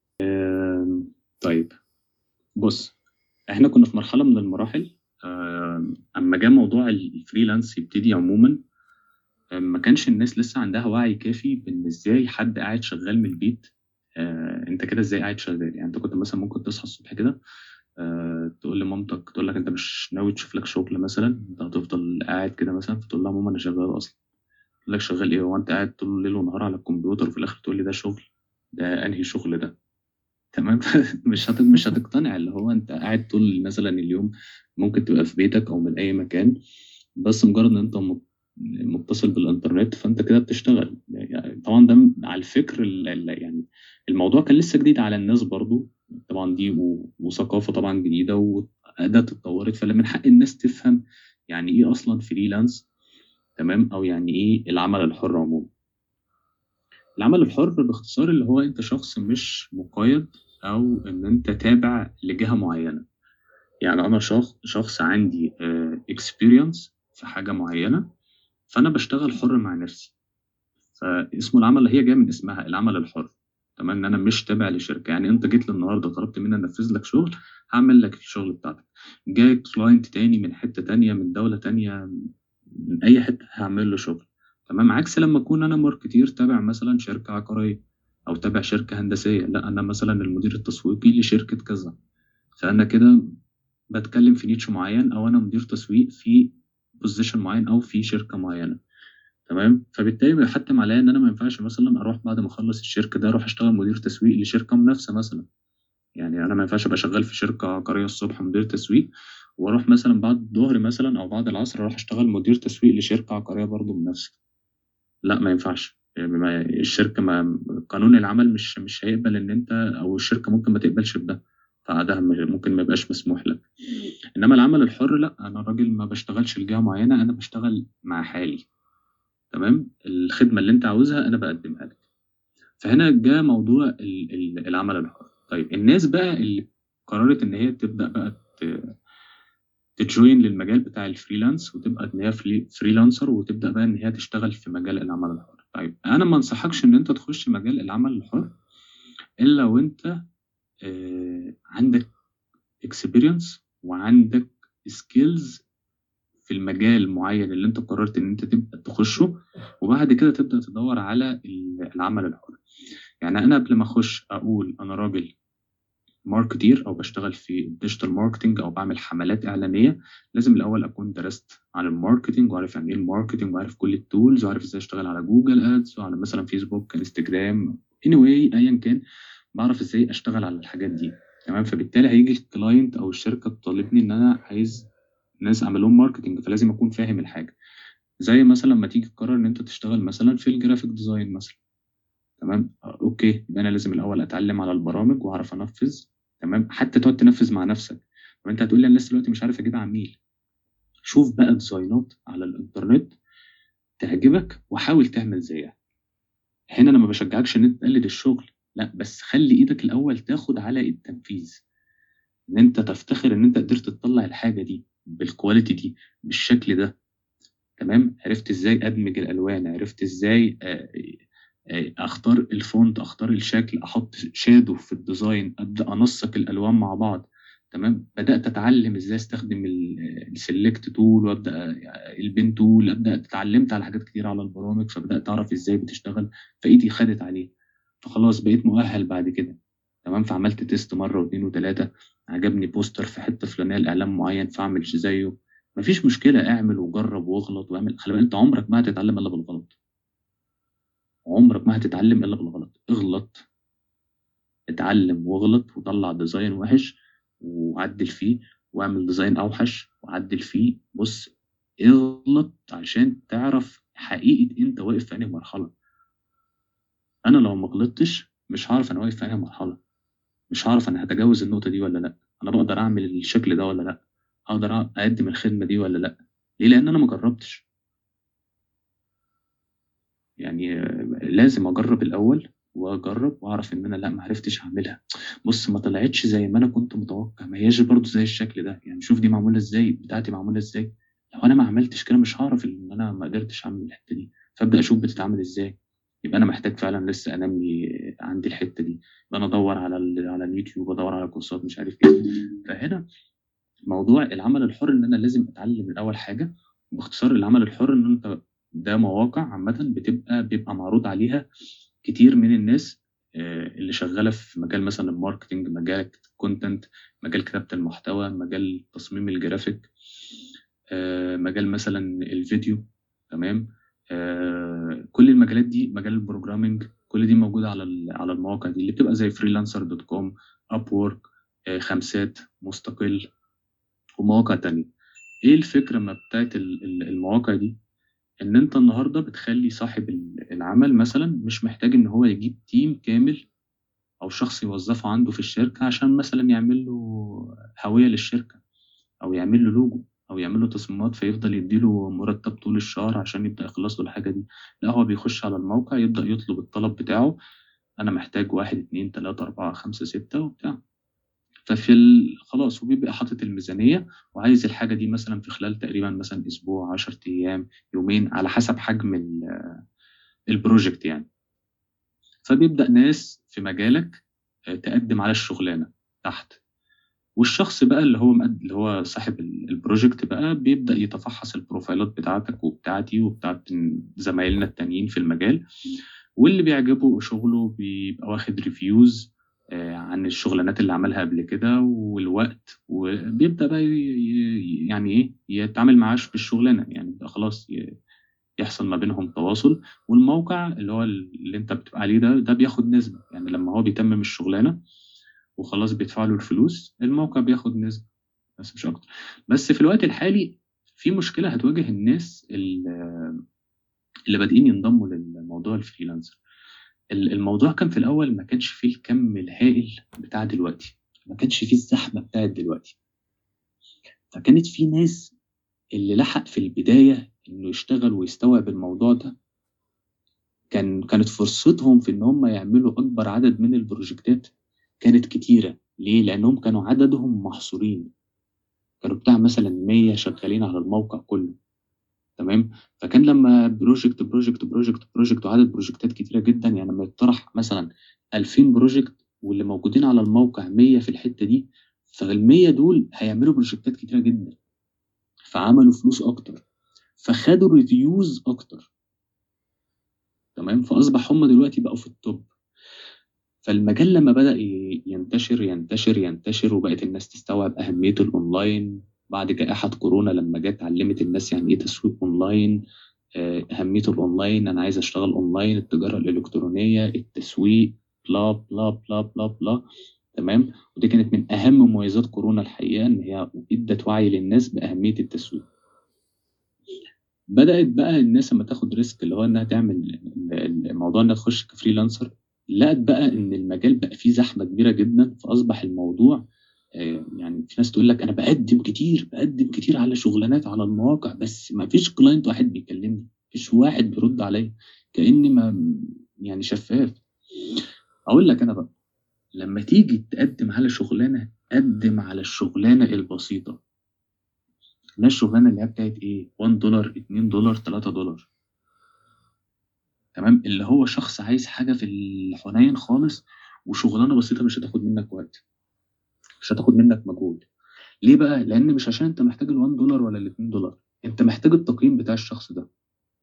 طيب بص، احنا كنا في مرحلة من المراحل اما جاء موضوع الفريلانس يبتدي عموما. ما كانش الناس لسه عندها وعي كافي بان ازاي حد قاعد شغال من البيت. انت كده ازاي قاعد شغال؟ يعني انت كنت مثلا ممكن تصحى الصبح كده، تقول لمامتك، تقول لك انت مش ناوي تشوف لك شغل مثلا، انت هتفضل قاعد كده مثلا، فتقول لها ماما انا شغال اصلا. تقول لك شغال ايه؟ هو انت قاعد طول الليل ونهار على الكمبيوتر وفي الاخر تقول لي ده شغل؟ ده انهي شغل ده؟ تمام. مش هتقتنع. اللي هو انت قاعد طول مثلا اليوم، ممكن تبقى في بيتك او من اي مكان، بس مجرد ان انت متصل بالانترنت فانت كده بتشتغل. يعني طبعا ده على الفكر يعني الموضوع كان لسه جديد على الناس برضو. طبعا دي وثقافة طبعا جديدة وأداة اتطورت، فلا من حق الناس تفهم يعني ايه اصلا فريلانس، تمام، او يعني ايه العمل الحر عموما. العمل الحر باختصار اللي هو انت شخص مش مقيد، او ان انت تابع لجهة معينة. يعني انا شخص عندي اكسبيرينس في حاجة معينة، فانا بشتغل حر مع نفسي. فاسمه العمل اللي هي جايه من اسمها العمل الحر. تمام، ان انا مش تابع لشركه. يعني انت جيت لي النهارده طلبت مني انفذ لك شغل، هعمل لك الشغل بتاعتك. جاي كلاينت تاني من حته تانيه، من دوله تانيه، من اي حته، هعمل له شغل. تمام، عكس لما اكون انا ماركتير تابع مثلا شركه عقاريه او تابع شركه هندسيه. لا، انا مثلا المدير التسويقي لشركه كذا، فانا كده بتكلم في نيتش معين، او انا مدير تسويق في بوزيشن معين او في شركه معينه. تمام، فبالتالي بيحتم عليا ان انا ما ينفعش مثلا اروح بعد ما اخلص الشركه ده اروح اشتغل مدير تسويق لشركه منافسه مثلا. يعني انا ما ينفعش ابقى شغال في شركه عقاريه الصبح مدير تسويق، واروح مثلا بعد الظهر مثلا او بعد العصر اروح اشتغل مدير تسويق لشركه عقاريه برضو منافسه. لا، ما ينفعش. يعني الشركه، ما قانون العمل مش هيقبل ان انت، او الشركه ممكن ما تقبلش بده، فده ممكن ما يبقاش مسموح لك. انما العمل الحر لا، انا راجل ما بشتغلش لجهه معينه، انا بشتغل مع حالي. تمام، الخدمة اللي انت عاوزها انا بقدمها لك. فهنا جاء موضوع العمل الحر. طيب الناس بقى اللي قررت ان هي تبدأ بقى تجوين للمجال بتاع الفريلانس، وتبقى ان هي فريلانسر، وتبدأ بقى ان هي تشتغل في مجال العمل الحر. طيب انا ما انصحكش ان انت تخش مجال العمل الحر الا وانت عندك اكسبيرينس وعندك سكيلز في المجال المعين اللي انت قررت ان انت تبدأ تخشه، وبعد كده تبدأ تدور على العمل الحر. يعني انا قبل ما اخش اقول انا راجل ماركتير او بشتغل في الديجيتال ماركتنج او بعمل حملات اعلانيه، لازم الاول اكون درست عن الماركتنج وعارف يعني ايه الماركتنج، وعارف كل التولز، وعارف ازاي اشتغل على جوجل ادز وعلى مثلا فيسبوك، انستجرام، anyway ايا كان، بعرف ازاي اشتغل على الحاجات دي. تمام، فبالتالي هيجي الكلاينت او الشركه تطالبني ان انا عايز ناس اعمل لهم ماركتنج، فلازم اكون فاهم الحاجه. زي مثلا لما تيجي تقرر ان انت تشتغل مثلا في الجرافيك ديزاين مثلا. تمام، اوكي، يبقى انا لازم الاول اتعلم على البرامج واعرف انفذ. تمام، حتى تقعد تنفذ مع نفسك. وانت هتقول لي انا لسه دلوقتي مش عارف اجيب عميل. شوف بقى ديزاينات على الانترنت تعجبك وحاول تعمل زيها. هنا انا ما بشجعكش ان انت تقلد الشغل، لا، بس خلي ايدك الاول تاخد على التنفيذ، ان انت تفتخر ان انت قدرت تطلع الحاجه دي بالكواليتي دي بالشكل ده. تمام، عرفت ازاي ادمج الالوان، عرفت ازاي اختار الفونت، اختار الشكل، احط شادو في الديزاين، ابدا انسق الالوان مع بعض. تمام، بدات اتعلم ازاي استخدم السلكت تول، وابدا البين تول، ابدا اتعلمت على حاجات كتير على البرامج، فبدات اعرف ازاي بتشتغل، فايدي خدت عليه، فخلاص بقيت مؤهل بعد كده. تمام، فعملت تيست مره واثنين وثلاثه، عجبني بوستر في حته فلانيه الاعلام معين فاعمل زيه. مفيش مشكله، اعمل وجرب واغلط واعمل. خلي بالك انت عمرك ما هتتعلم الا بالغلط، عمرك ما هتتعلم الا بالغلط. اغلط، اتعلم واغلط، وطلع ديزاين وحش وعدل فيه، واعمل ديزاين اوحش وعدل فيه. بص، اغلط عشان تعرف حقيقة انت واقف في انهي مرحلة. انا لو ما غلطتش مش هعرف انا واقف في انهي مرحلة، مش هعرف انا هتجاوز النقطة دي ولا لا، انا بقدر اعمل الشكل ده ولا لا. اقدر اقدم الخدمه دي ولا لا. ليه؟ لان انا ما جربتش. يعني لازم اجرب الاول، واجرب واعرف ان انا لا، ما عرفتش اعملها. بص، ما طلعتش زي ما انا كنت متوقع، ما هياش برضو زي الشكل ده. يعني شوف دي معموله ازاي، بتاعتي معموله ازاي. لو انا ما عملتش كده مش هعرف ان انا ما قدرتش اعمل الحته دي. فابدا اشوف بتتعمل ازاي. يبقى انا محتاج فعلا لسه انمي عندي الحته دي. يبقى انا ادور على اليوتيوب، ادور على كورسات مش عارف ايه. فهنا موضوع العمل الحر ان انا لازم اتعلم من اول حاجه. باختصار، العمل الحر ان انت ده مواقع عامه بيبقى معروض عليها كتير من الناس، اللي شغاله في مجال مثلا الماركتينج، مجال الكونتنت، مجال كتابه المحتوى، مجال تصميم الجرافيك، مجال مثلا الفيديو. تمام. كل المجالات دي، مجال البروجرامينج، كل دي موجوده على المواقع دي اللي بتبقى زي فريلانسر دوت كوم، اب وورك، خمسات، مستقل، ومواقع تانية. ايه الفكرة ما بتاعت المواقع دي؟ ان انت النهاردة بتخلي صاحب العمل مثلا مش محتاج ان هو يجيب تيم كامل او شخص يوظفه عنده في الشركة عشان مثلا يعمل له هوية للشركة، او يعمل له لوجو، او يعمل له تصميمات فيفضل يديله مرتب طول الشهر عشان يبدأ يخلص له الحاجة دي. لا، هو بيخش على الموقع يبدأ يطلب الطلب بتاعه. انا محتاج واحد اتنين تلاتة اربعة خمسة ستة وبتاع. خلاص، هو بيبقى حاطط الميزانية، وعايز الحاجة دي مثلا في خلال تقريبا مثلا أسبوع، 10 أيام، يومين، على حسب حجم البروجكت يعني. فبيبدأ ناس في مجالك تقدم على الشغلانة تحت. والشخص بقى اللي هو صاحب البروجكت بقى بيبدأ يتفحص البروفايلات بتاعتك وبتاعتي وبتاعت زمايلنا التانيين في المجال. واللي بيعجبه شغله بيبقى واخد ريفيوز عن الشغلانات اللي عملها قبل كده والوقت، وبيبدأ بقى يعني ايه يتعامل معاه في الشغلانة. يعني بيبقى خلاص يحصل ما بينهم تواصل. والموقع اللي انت بتبقى عليه ده بياخد نسبة. يعني لما هو بيتمم الشغلانة وخلاص بيدفع له الفلوس، الموقع بياخد نسبة، بس مش أكتر. بس في الوقت الحالي في مشكلة هتواجه الناس اللي بادئين ينضموا للموضوع الفريلانسر. الموضوع كان في الأول ما كانش فيه الكم الهائل بتاع دلوقتي، ما كانش فيه الزحمة بتاعت دلوقتي. فكانت في ناس اللي لحق في البداية إنه يشتغل ويستوعب الموضوع ده، كانت فرصتهم في إن هم يعملوا أكبر عدد من البروجكتات كانت كتيرة. ليه؟ لأنهم كانوا عددهم محصورين. كانوا بتاع مثلا 100 شغالين على الموقع كله. تمام. فكان لما بروجكت بروجكت بروجكت بروجكت وعدد بروجكتات كتيرة جدا، يعني لما يطرح مثلا 2000 بروجكت واللي موجودين على الموقع 100 في الحتة دي، فال100 دول هيعملوا بروجكتات كتيرة جدا، فعملوا فلوس أكتر، فخدوا ريفيوز أكتر. تمام. فأصبح هم دلوقتي بقوا في التوب. فالمجال لما بدأ ينتشر ينتشر ينتشر، وبقت الناس تستوعب أهمية الأونلاين بعد جائحة كورونا، لما جت علمت الناس يعني إيه تسويق أونلاين، أهمية الأونلاين، أنا عايز أشتغل أونلاين، التجارة الإلكترونية، التسويق، بلا بلا بلا بلا بلا. تمام. ودي كانت من أهم مميزات كورونا الحقيقة، إن هي إدت وعي للناس بأهمية التسويق. بدأت بقى الناس لما تاخد ريسك اللي هو إنها تعمل الموضوع، إنها تخش كفريلانسر، لقت بقى إن المجال بقى فيه زحمة كبيرة جدا. فأصبح الموضوع يعني في ناس تقول لك أنا بقدم كتير على شغلانات على المواقع، بس ما فيش كلاينت واحد بيكلمني، مفيش واحد بيرد عليا، كأني ما يعني شفاف. أقول لك أنا بقى، لما تيجي تقدم على شغلانة، قدم على الشغلانة البسيطة، لا الشغلانة اللي هي بتاعت إيه $1 $2 $3. تمام. اللي هو شخص عايز حاجة في الحنين خالص، وشغلانة بسيطة مش هتاخد منك وقت، مش هتاخد منك مجهود. ليه بقى؟ لأن مش عشان أنت محتاج $1 ولا $2، أنت محتاج التقييم بتاع الشخص ده.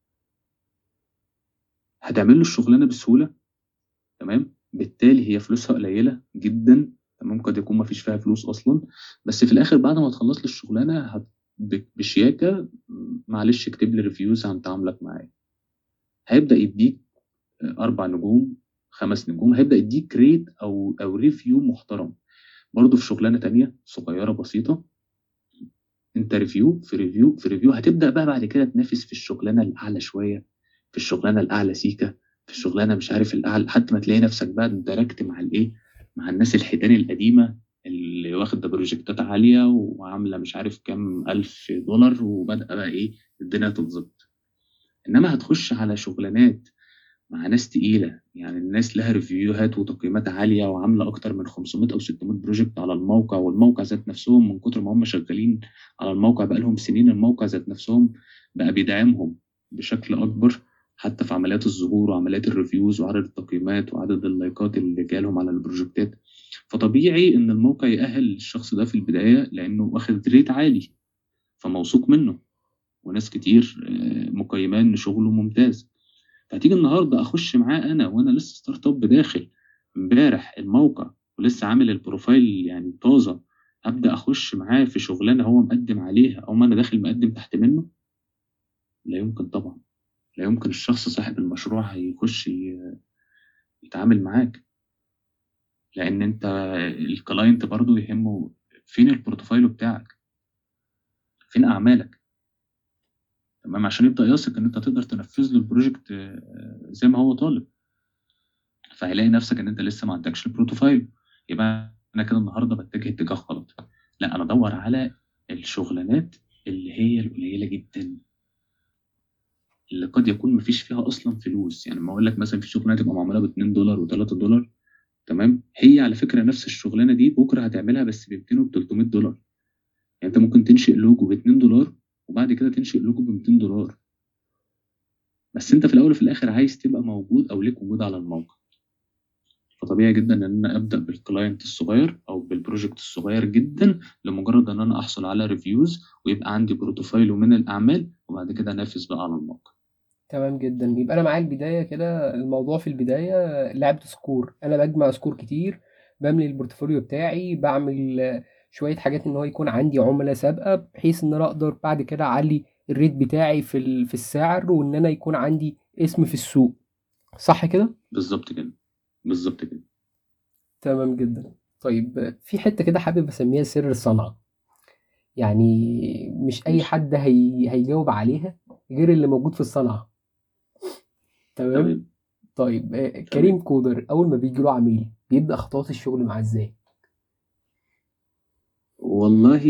هتعمل له الشغلانة بسهولة. تمام. بالتالي هي فلوسها قليلة جدا. تمام. قد يكون ما فيش فيها فلوس أصلا، بس في الآخر بعد ما تخلص له الشغلانة بشياكة، معلش اكتب لي ريفيوز عن تعاملك معايا. هيبدأ يديك 4 نجوم، 5 نجوم، هيبدأ يديك ريت أو ريفيو محترم. برضه في شغلانة تانية صغيرة بسيطة، انت ريفيو في ريفيو في ريفيو، هتبدأ بقى بعد كده تنافس في الشغلانة الأعلى شوية، في الشغلانة الأعلى سيكة، في الشغلانة مش عارف الأعلى، لحد ما تلاقي نفسك بقى اندركت مع الإيه، مع الناس الحيتان القديمة اللي واخدة بروجكتات عالية وعاملة مش عارف كام $1000 وبدأ بقى إيه الدنيا تتظبط. إنما هتخش على شغلانات مع ناس تقيلة، يعني الناس لها ريفيوهات وتقييمات عالية وعاملة أكتر من 500 أو 600 بروجكت على الموقع، والموقع ذات نفسهم من كتر ما هم شغالين على الموقع بقالهم سنين، الموقع ذات نفسهم بقى بيدعمهم بشكل أكبر، حتى في عمليات الظهور وعمليات الريفيوز وعدد التقييمات وعدد اللايكات اللي جالهم على البروجكتات. فطبيعي إن الموقع يأهل الشخص ده في البداية لأنه واخد ريت عالي فموثوق منه، وناس كتير مقيمة إن شغله ممتاز. فهتيجي النهارده اخش معاه انا وانا لسه ستارت اب داخل امبارح الموقع ولسه عامل البروفايل يعني طازه، ابدا اخش معاه في شغلانه هو مقدم عليها او ما انا داخل مقدم تحت منه؟ لا يمكن طبعا. لا يمكن الشخص صاحب المشروع هيخش يتعامل معاك، لان انت الكلاينت برضو يهمه فين البورتفوليو بتاعك، فين اعمالك، تمام، عشان يبدا يثق ان انت تقدر تنفذ له البروجكت زي ما هو طالب. فهيلاقي نفسك ان انت لسه ما عندكش البروتوفايل، يبقى انا كده النهارده بتجه اتجاه غلط. لا، انا ادور على الشغلانات اللي هي القليله جدا، اللي قد يكون مفيش فيها اصلا فلوس. يعني ما اقول لك مثلا في شغلانه تبقى معموله ب $2 و$3، تمام، هي على فكره نفس الشغلانه دي بكره هتعملها بس ب 200 و $300. يعني انت ممكن تنشئ لوجو ب $2 وبعد كده تنشئ لوجو ب $200، بس انت في الاول وفي الاخر عايز تبقى موجود او ليك وجود على الموقع. فطبيعي جدا ان انا ابدا بالكلاينت الصغير او بالبروجكت الصغير جدا لمجرد ان انا احصل على ريفيوز ويبقى عندي بروتوفايل من الاعمال، وبعد كده انافس بقى على الموقع. تمام جدا. يبقى انا معايا البدايه كده، الموضوع في البدايه لعبه سكور، انا بجمع سكور كتير، بملي البورتفوليو بتاعي، بعمل شويه حاجات ان هو يكون عندي عملاء سابقه، بحيث ان انا اقدر بعد كده اعلي الريت بتاعي في السعر، وان انا يكون عندي اسم في السوق. صح كده؟ بالظبط كده. بالظبط كده. تمام جدا. طيب في حته كده حابب اسميها سر الصنعه، يعني مش اي ماشي. حد هيجاوب عليها غير اللي موجود في الصنعه. تمام. تمام. طيب كريم تمام. كودر اول ما بيجي له عميل بيبدأ خطوات الشغل معاه ازاي؟ والله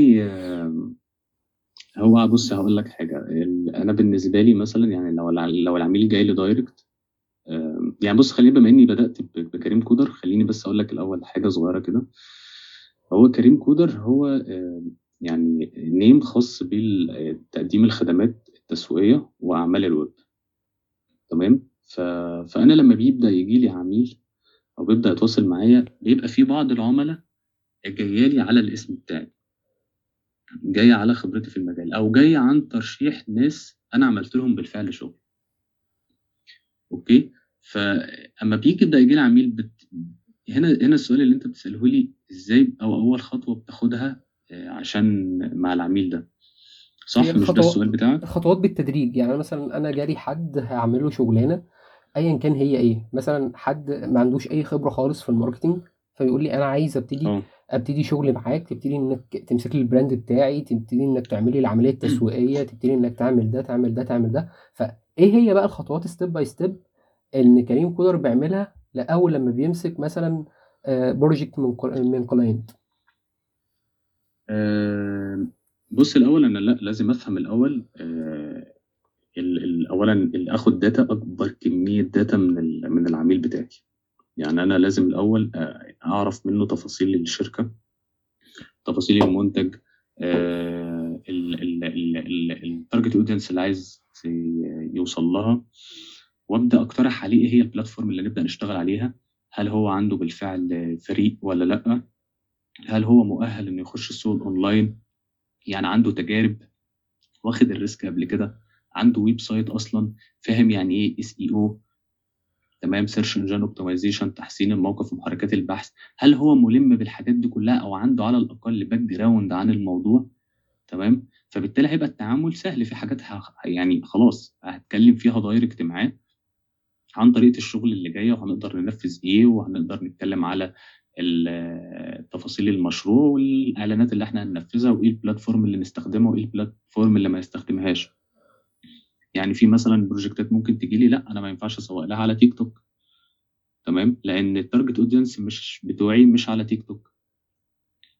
هو بص هقول لك حاجه، انا بالنسبه لي مثلا يعني لو العميل جاي لي دايركت، يعني بص خليني بما اني بدات بكريم كودر، خليني بس اقول لك الاول حاجه صغيره كده. هو كريم كودر هو يعني نيم خاص بتقديم الخدمات التسويقية وأعمال الويب، تمام. فأنا لما بيبدأ يجي لي عميل أو بيبدأ يتواصل معايا بيبقى في بعض العملاء جاية لي على الاسم بتاعي، جاية على خبرتي في المجال، أو جاية عن ترشيح ناس أنا عملت لهم بالفعل شغل. أوكي. فأما بيبدأ يجي لي عميل هنا السؤال اللي أنت بتسأله لي إزاي أو أول خطوة بتاخدها عشان مع العميل ده، هي صح؟ مش ده الخطوات، السؤال بتاعك؟ الخطوات بالتدريج. يعني مثلا انا جالي حد هعمل له شغلانه ايا كان هي ايه، مثلا حد ما عندوش اي خبره خالص في الماركتينج، فيقول لي انا عايز ابتدي، اه. ابتدي شغل معاك، تبتدي انك تمسك لي البراند بتاعي، تبتدي انك تعمل لي العمليه التسويقيه، تبتدي انك تعمل ده تعمل ده تعمل ده. فايه هي بقى الخطوات ستيب باي ستيب ان كريم كولر بيعملها لاول لما بيمسك مثلا بروجكت من كلاينت؟ بص الأول أنا لازم أفهم الأول أولا اللي آخد داتا أكبر كمية داتا من العميل بتاعي. يعني أنا لازم الأول أعرف منه تفاصيل الشركة، تفاصيل المنتج، التارجت اودينس اللي عايز يوصل لها، وابدا اقترح عليه ايه هي البلاتفورم اللي نبدا نشتغل عليها. هل هو عنده بالفعل فريق ولا لا؟ هل هو مؤهل انه يخش السوق الاونلاين؟ يعني عنده تجارب، واخد الريسك قبل كده، عنده ويب سايت اصلا، فاهم يعني ايه اس اي او، تمام، سيرش انجن اوبتمايزيشن، تحسين الموقع في محركات البحث. هل هو ملم بالحاجات دي كلها او عنده على الاقل باك جراوند عن الموضوع؟ تمام. فبالتالي هيبقى التعامل سهل في حاجات يعني خلاص هتكلم فيها دايركت معاه عن طريقة الشغل اللي جاية، وهنقدر ننفذ ايه، وهنقدر نتكلم على تفاصيل المشروع والاعلانات اللي احنا هننفذها، وايه البلاتفورم اللي نستخدمها وايه البلاتفورم اللي ما نستخدمهاش. يعني في مثلا بروجكتات ممكن تجي لي لا انا ما ينفعش اسوق لها على تيك توك، تمام، لان التارجت اودينس مش بتوعي مش على تيك توك.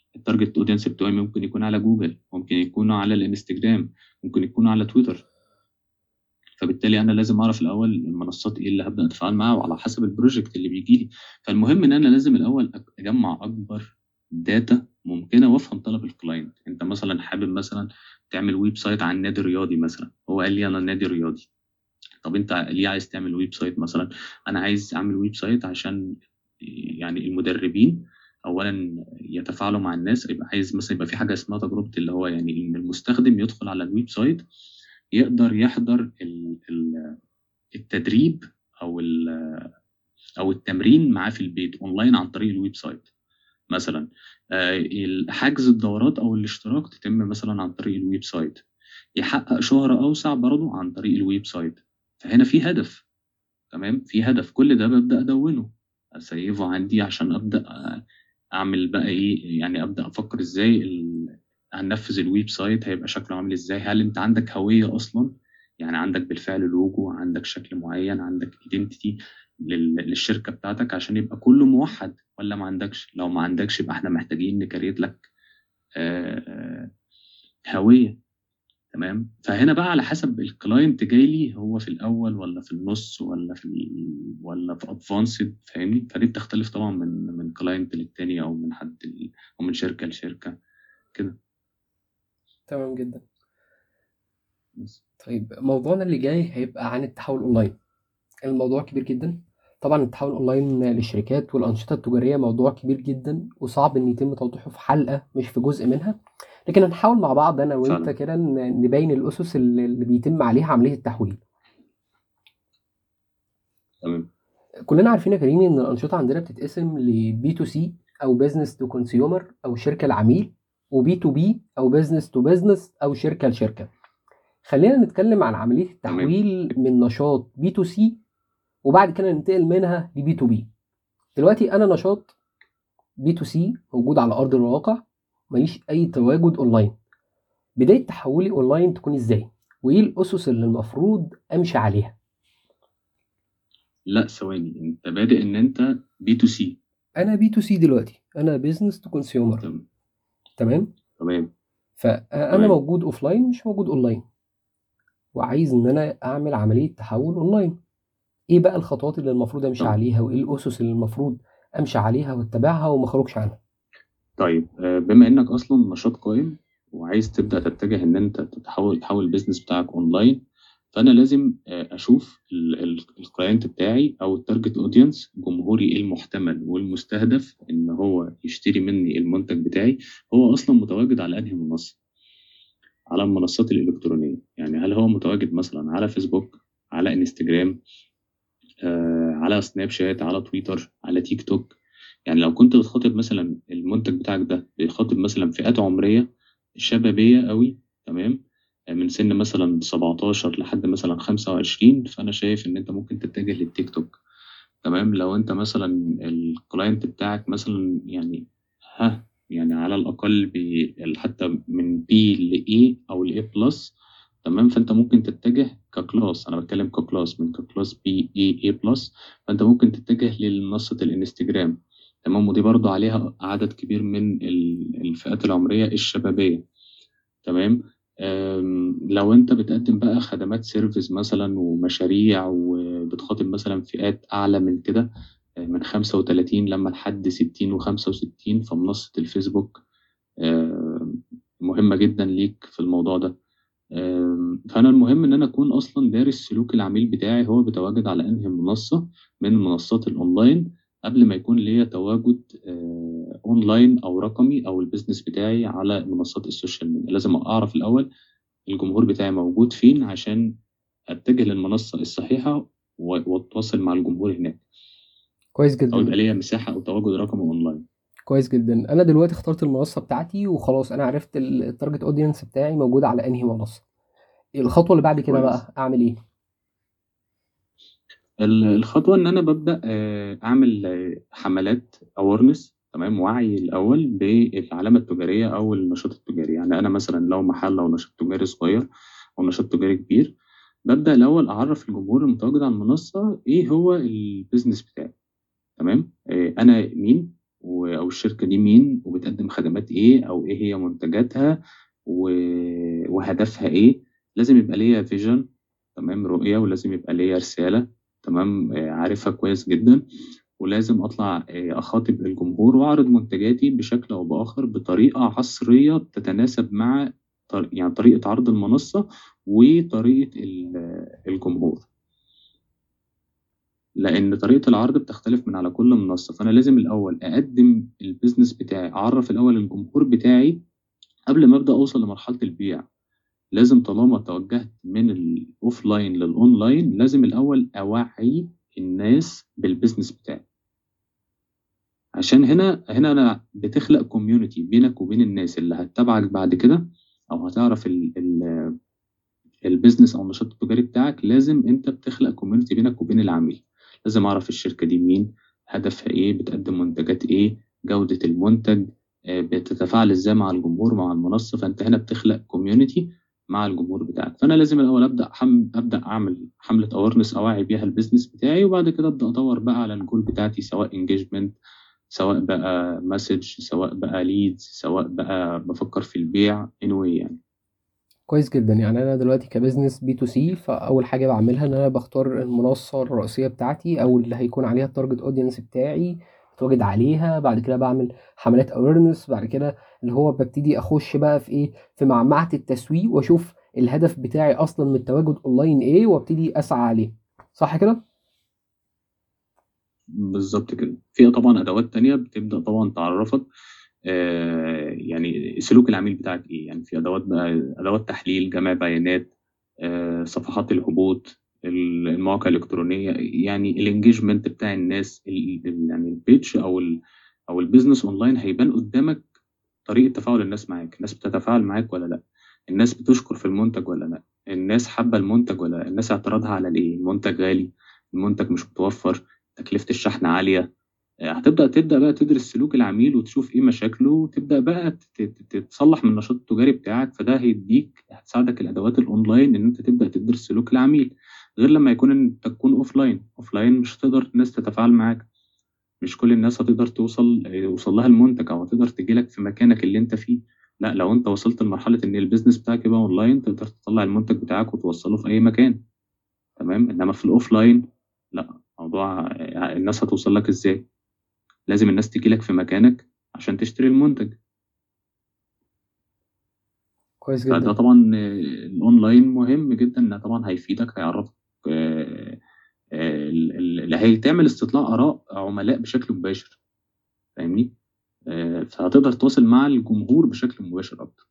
التارجت اودينس بتوعي ممكن يكون على جوجل، ممكن يكونوا على الانستجرام، ممكن يكونوا على تويتر. فبالتالي انا لازم اعرف الاول المنصات ايه اللي هبدا اتفاعل معاها، وعلى حسب البروجكت اللي بيجي لي. فالمهم ان انا لازم الاول اجمع اكبر داتا ممكنه وافهم طلب الكلاينت. انت مثلا حابب مثلا تعمل ويب سايت عن نادي رياضي مثلا، هو قال لي انا نادي رياضي. طب انت ليه عايز تعمل ويب سايت مثلا؟ انا عايز اعمل ويب سايت عشان يعني المدربين اولا يتفاعلوا مع الناس. يبقى عايز مثلا يبقى في حاجه اسمها تجربه، اللي هو يعني ان المستخدم يدخل على الويب سايت يقدر يحضر التدريب او او التمرين معاه في البيت اونلاين عن طريق الويب سايت مثلا. حجز الدورات او الاشتراك تتم مثلا عن طريق الويب سايت، يحقق شهرة اوسع برضه عن طريق الويب سايت. فهنا في هدف، تمام، في هدف. كل ده ببدأ ادونه، اسيفه عندي عشان ابدأ اعمل بقى ايه، يعني ابدأ افكر ازاي هننفذ الويب سايت هيبقى شكله عامل ازاي. هل انت عندك هوية اصلا؟ يعني عندك بالفعل لوجو، عندك شكل معين، عندك ايدنتيتي للشركة بتاعتك عشان يبقى كله موحد، ولا ما عندكش؟ لو ما عندكش يبقى احنا محتاجين نكريت لك آه، هوية. تمام. فهنا بقى على حسب الكلاينت جاي لي هو في الاول ولا في النص ولا ولا في ادفانسد، فاهمني؟ فدي بتختلف طبعا من كلاينت للتاني، او من حد او من شركة لشركة كده. تمام جدا. بس. طيب موضوعنا اللي جاي هيبقى عن التحول اونلاين. الموضوع كبير جدا. طبعا التحول اونلاين للشركات والانشطه التجاريه موضوع كبير جدا، وصعب ان يتم توضيحه في حلقه مش في جزء منها. لكن هنحاول مع بعض انا وانت فعلا. كده نبين الاسس اللي بيتم عليها عمليه التحويل. تمام. كلنا عارفين يا كريم ان الانشطه عندنا بتتقسم لبي تو سي او بزنس تو كونسيومر او شركه لعميل، وبي تو بي او بزنس تو بزنس او شركه لشركه. خلينا نتكلم عن عمليه تمام. التحويل من نشاط بي تو سي، وبعد كده ننتقل منها لبي تو بي. دلوقتي انا نشاط بي تو سي موجود على ارض الواقع، ماليش اي تواجد اونلاين. بدايه تحولي اونلاين تكون ازاي؟ وايه الاسس اللي المفروض امشي عليها؟ لا ثواني، انت بادئ ان انت بي تو سي. انا بي تو سي دلوقتي، انا بزنس تو كونسيومر. تمام. تمام. تمام. فانا تمام. موجود اوفلاين مش موجود اونلاين، وعايز ان انا اعمل عمليه تحول اونلاين. ايه بقى الخطوات اللي المفروض امشي طب عليها، وايه الاسس اللي المفروض امشي عليها واتبعها وما اخرجش عنها؟ طيب بما انك اصلا نشاط قائم وعايز تبدا تتجه ان انت تحول البيزنس بتاعك اونلاين، فانا لازم اشوف الكلاينت بتاعي او التارجت اودينس، جمهوري المحتمل والمستهدف ان هو يشتري مني المنتج بتاعي، هو اصلا متواجد على انهي منصه؟ على المنصات الالكترونيه. يعني هل هو متواجد مثلا على فيسبوك، على انستجرام، على سناب شات، على تويتر، على تيك توك؟ يعني لو كنت بتخاطب مثلا المنتج بتاعك ده بيخاطب مثلا فئات عمرية شبابية قوي، تمام، من سن مثلا 17 لحد مثلا 25، فأنا شايف إن أنت ممكن تتجه للتيك توك. تمام. لو أنت مثلا الكلاينت بتاعك مثلا يعني يعني على الأقل حتى من بي ل A أو ل A بلس، تمام، فأنت ممكن تتجه ككلاس. أنا بتكلم ككلاس، من ككلاس بي A بلس، فأنت ممكن تتجه لمنصة الانستجرام. تمام. ودي برضو عليها عدد كبير من الفئات العمرية الشبابية. تمام. لو انت بتقدم بقى خدمات سيرفيس مثلا ومشاريع وبتخاطب مثلا فئات اعلى من كده، من 35 لما لحد 60 و65، فمنصة الفيسبوك مهمة جدا ليك في الموضوع ده. فأنا المهم إن أنا أكون أصلا دارس سلوك العميل بتاعي، هو بيتواجد على أنهي منصة من منصات الأونلاين، قبل ما يكون ليا تواجد أونلاين أو رقمي أو البيزنس بتاعي على منصات السوشيال ميديا. لازم أعرف الأول الجمهور بتاعي موجود فين عشان أتجه للمنصة الصحيحة وأتواصل مع الجمهور هناك، كويس أو جدا. يبقى ليا مساحة أو تواجد رقمي أونلاين. كويس جدا. انا دلوقتي اخترت المنصه بتاعتي وخلاص، انا عرفت التارجت اودينس بتاعي موجود على انهي منصه. الخطوه اللي بعد كده كويس. بقى اعمل ايه؟ الخطوة إن أنا ببدأ أعمل حملات أورنس، تمام، وعي الأول بالعلامة التجارية أو النشاط التجاري. يعني أنا مثلا لو محل أو نشاط تجاري صغير أو نشاط تجاري كبير، ببدأ الأول أعرف الجمهور المتواجد على المنصة إيه هو البيزنس بتاعي. تمام. أنا مين، أو الشركة دي مين وبتقدم خدمات إيه أو إيه هي منتجاتها وهدفها إيه. لازم يبقى ليا فيجن، تمام، رؤية، ولازم يبقى ليا رسالة، تمام، عارفها كويس جدا. ولازم أطلع أخاطب الجمهور وأعرض منتجاتي بشكل أو بآخر بطريقة عصرية تتناسب مع يعني طريقة عرض المنصة وطريقة الجمهور، لأن طريقة العرض بتختلف من على كل منصة. فأنا لازم الأول أقدم البيزنس بتاعي، أعرف الأول الجمهور بتاعي قبل ما أبدأ أوصل لمرحلة البيع. لازم طالما توجهت من الأوفلاين للأونلاين لازم الأول أوعي الناس بالبيزنس بتاعي، عشان هنا أنا بتخلق كوميونتي بينك وبين الناس اللي هتتابعك بعد كده أو هتعرف البيزنس او النشاط التجاري بتاعك. لازم انت بتخلق كوميونتي بينك وبين العميل. لازم اعرف الشركه دي مين، هدفها ايه، بتقدم منتجات ايه، جوده المنتج، بتتفاعل ازاي مع الجمهور مع المنصه. فانت هنا بتخلق كوميونتي مع الجمهور بتاعك. فانا لازم الاول ابدا اعمل حمله اويرنس اوعي بيها البيزنس بتاعي، وبعد كده ابدا ادور بقى على الجول بتاعتي، سواء انجيجمنت، سواء بقى مسج، سواء بقى ليدز، سواء بقى بفكر في البيع anyway يعني. كويس جدا. يعني انا دلوقتي كبزنس بي تو سي، فاول حاجه بعملها ان انا بختار المنصه الرئيسيه بتاعتي او اللي هيكون عليها التارجت اودينس بتاعي، بتواجد عليها. بعد كده بعمل حملات اويرنس. بعد كده اللي هو ببتدي اخش بقى في ايه، في معمعه التسويق، واشوف الهدف بتاعي اصلا من التواجد اونلاين ايه، وابتدي اسعى عليه. صح كده؟ بالظبط كده. في طبعا ادوات تانية بتبدا طبعا تعرفك يعني سلوك العميل بتاعك ايه. يعني في ادوات بقى، ادوات تحليل، جمع بيانات، صفحات الهبوط، المواقع الالكترونيه، يعني الانجيجمنت بتاع الناس، يعني البيتش او البيزنس اونلاين هيبان قدامك طريقه تفاعل الناس معاك. الناس بتتفاعل معاك ولا لا، الناس بتشكر في المنتج ولا لا، الناس حابه المنتج ولا لا، الناس اعتراضها على ايه، المنتج غالي، المنتج مش متوفر، تكلفه الشحن عاليه. تبدأ بقى تدرس سلوك العميل وتشوف ايه مشاكله، وتبدأ بقى تتصلح من النشاط التجاري بتاعك. فده هتساعدك الأدوات الأونلاين إن أنت تبدأ تدرس سلوك العميل، غير لما أنت تكون أوفلاين مش هتقدر الناس تتفاعل معاك. مش كل الناس هتقدر يوصل لها المنتج أو هتقدر تجيلك في مكانك اللي أنت فيه. لا، لو أنت وصلت لمرحلة إن البيزنس بتاعك يبقى أونلاين تقدر تطلع المنتج بتاعك وتوصله في أي مكان، تمام. إنما في الأوفلاين لا، موضوع الناس هتوصل لك إزاي؟ لازم الناس تيجي لك في مكانك عشان تشتري المنتج. كويس فده جدا. طبعا الاونلاين مهم جدا، ان طبعا هيفيدك، هيعرفك اللي هيتعمل استطلاع اراء عملاء بشكل مباشر، فاهمني. فهتقدر تواصل مع الجمهور بشكل مباشر اكتر.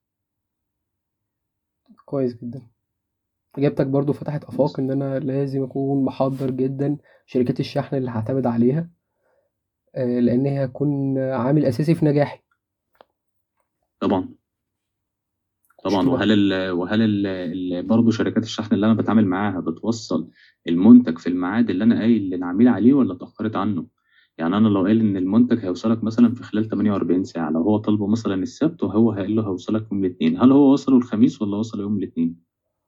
كويس جدا. اجابتك برضو فتحت افاق بس ان انا لازم اكون محضر جدا شركات الشحن اللي هعتمد عليها، لان هي هتكون عامل اساسي في نجاحي. طبعا خش طبعا. لي بقى. برضه شركات الشحن اللي انا بتعامل معاها بتوصل المنتج في الميعاد اللي انا قايل للعميل عليه ولا اتاخرت عنه؟ يعني انا لو قايل ان المنتج هيوصلك مثلا في خلال 48 ساعه، لو هو طالبه مثلا السبت وهو قايل له هيوصلك يوم الاثنين، هل هو وصله الخميس ولا وصل يوم الاثنين؟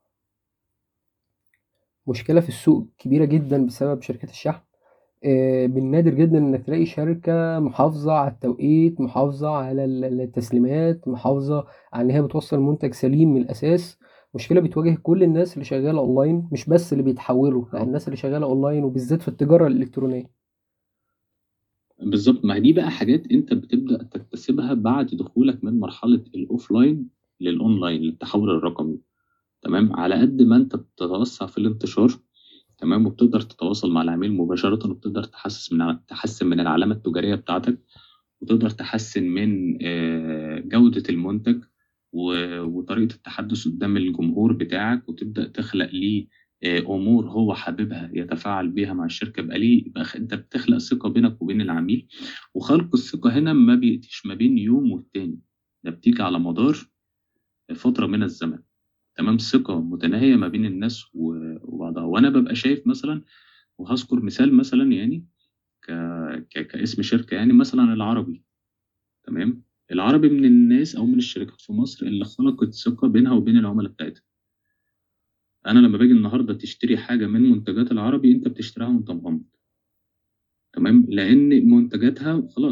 مشكلة في السوق كبيرة جدا بسبب شركات الشحن. من نادر جدا انك تلاقي شركة محافظة على التوقيت، محافظة على التسليمات، محافظة على ان هي بتوصل منتج سليم من الاساس. مشكلة بتواجه كل الناس اللي شغالة اونلاين، مش بس اللي بيتحولوا، لا، الناس اللي شغالة اونلاين وبالذات في التجارة الالكترونية. بالظبط. ما هي دي بقى حاجات انت بتبدا تكتسبها بعد دخولك من مرحله الاوفلاين للاونلاين، للتحول الرقمي، تمام. على قد ما انت بتتوسع في الانتشار، تمام، وبتقدر تتواصل مع العميل مباشرة، وبتقدر تحسن من العلامة التجارية بتاعتك، وتقدر تحسن من جودة المنتج وطريقة التحدث قدام الجمهور بتاعك، وتبدأ تخلق ليه أمور هو حاببها يتفاعل بيها مع الشركة. يبقى أنت بتخلق ثقة بينك وبين العميل. وخلق الثقة هنا ما بيأتيش ما بين يوم والتاني، ده بتيجي على مدار فترة من الزمن، تمام. ثقة متناهية ما بين الناس وبعضها. وأنا ببقى شايف مثلا، وهذكر مثال مثلا يعني ك... كاسم شركة، يعني مثلا العربي، تمام. العربي من الناس أو من الشركات في مصر اللي خلقت ثقة بينها وبين العملاء بتاعتها. أنا لما باجي النهاردة تشتري حاجة من منتجات العربي، أنت بتشتريها وأنت مغمض، تمام، لأن منتجاتها خلاص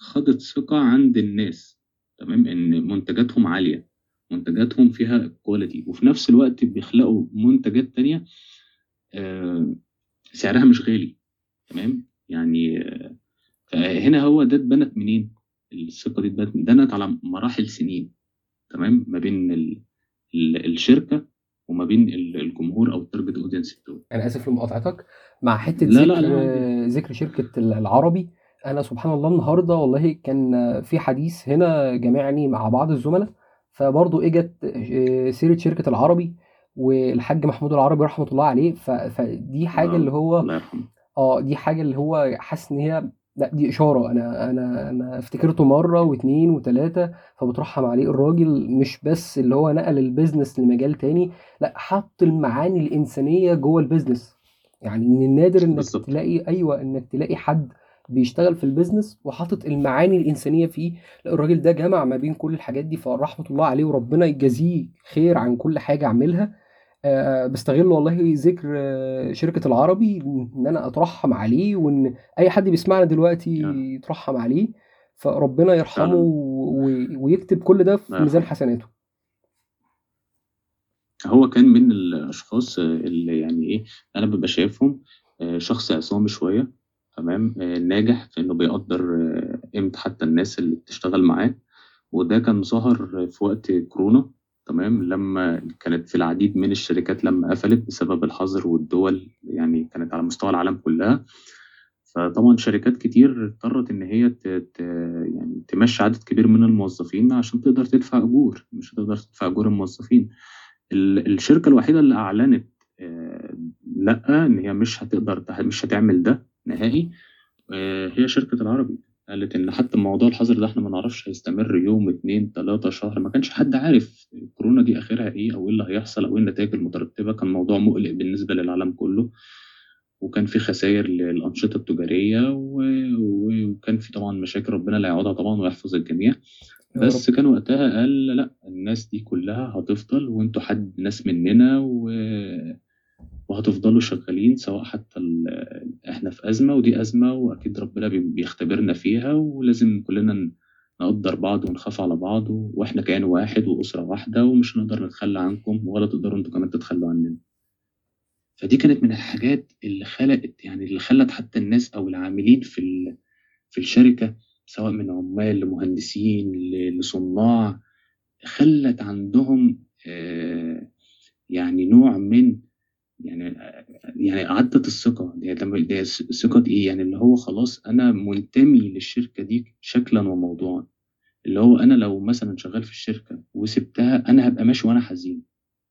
خدت ثقة عند الناس، تمام، إن منتجاتهم عالية، منتجاتهم فيها كواليتي، وفي نفس الوقت بيخلقوا منتجات تانية آه، سعرها مش غالي، تمام يعني. فهنا هو ده اتبنت منين؟ الثقة دي اتبنت على مراحل سنين، تمام، ما بين الشركة وما بين الجمهور أو التارجت أودينس بتوعه. انا اسف لمقاطعتك. مع حته لا لا لا عادي. ذكر شركه العربي، انا سبحان الله النهارده والله كان في حديث هنا جمعني مع بعض الزملاء، فبرضه اجت سيره شركه العربي والحاج محمود العربي رحمه الله عليه. فدي حاجه اللي هو الله يرحمه. دي حاجه اللي هو حاسس ان هي، لا دي اشاره. انا افتكرته مره واثنين وثلاثه، فبترحم عليه الراجل. مش بس اللي هو نقل البيزنس لمجال تاني، لا حط المعاني الانسانيه جوه البيزنس. يعني من النادر انك بالظبط. تلاقي، ايوه، انك تلاقي حد بيشتغل في البيزنس وحاطط المعاني الانسانيه فيه. لا الراجل ده جمع ما بين كل الحاجات دي، فرحمه الله عليه وربنا يجازيه خير عن كل حاجه عملها. بستغل والله ذكر شركة العربي إن أنا أترحم عليه، وإن أي حد بيسمعنا دلوقتي آه، يترحم عليه. فربنا يرحمه فعلا. ويكتب كل ده الله في ميزان يرحمه. حسناته. هو كان من الأشخاص اللي يعني إيه، أنا ببقى شايفهم شخص عصامي شوية، تمام، ناجح في إنه بيقدر قيمة حتى الناس اللي بتشتغل معاه. وده كان ظهر في وقت كورونا، تمام، لما كانت في العديد من الشركات لما قفلت بسبب الحظر، والدول يعني كانت على مستوى العالم كلها. فطبعا شركات كتير اضطرت إن هي يعني تمشي عدد كبير من الموظفين عشان تقدر تدفع أجور، مش هتقدر تدفع أجور الموظفين. الشركة الوحيدة اللي أعلنت لأ، إن هي مش هتقدر، مش هتعمل ده نهائي، هي شركة العربي. قالت إن حتى موضوع الحظر ده إحنا ما نعرفش هيستمر يوم اتنين تلاتة شهر، ما كانش حد عارف الكورونا دي آخرها إيه أو إيه اللي هيحصل أو إيه النتائج المترتبة. كان موضوع مقلق بالنسبة للعالم كله، وكان في خسائر للأنشطة التجارية وكان في طبعا مشاكل، ربنا لا يعوضها طبعا ويحفظ الجميع. يا رب. بس كان وقتها قال لا، الناس دي كلها هتفضل، وانتوا حد ناس مننا وهتفضلوا شغالين، سواء حتى احنا في أزمة ودي أزمة، وأكيد ربنا بيختبرنا فيها، ولازم كلنا نقدر بعض ونخاف على بعض، واحنا كيان واحد وأسرة واحدة، ومش هنقدر نتخلى عنكم ولا تقدروا انتوا كمان تتخلوا عننا. فدي كانت من الحاجات اللي خلقت، يعني اللي خلت حتى الناس أو العاملين في الشركة، سواء من عمال لمهندسين لصناع، خلت عندهم يعني نوع من، يعني عدت الثقة دي. لما دي ثقة إيه؟ يعني اللي هو خلاص أنا منتمي للشركة دي شكلا وموضوعا. اللي هو أنا لو مثلا شغال في الشركة وسبتها، أنا هبقى ماشي وأنا حزين،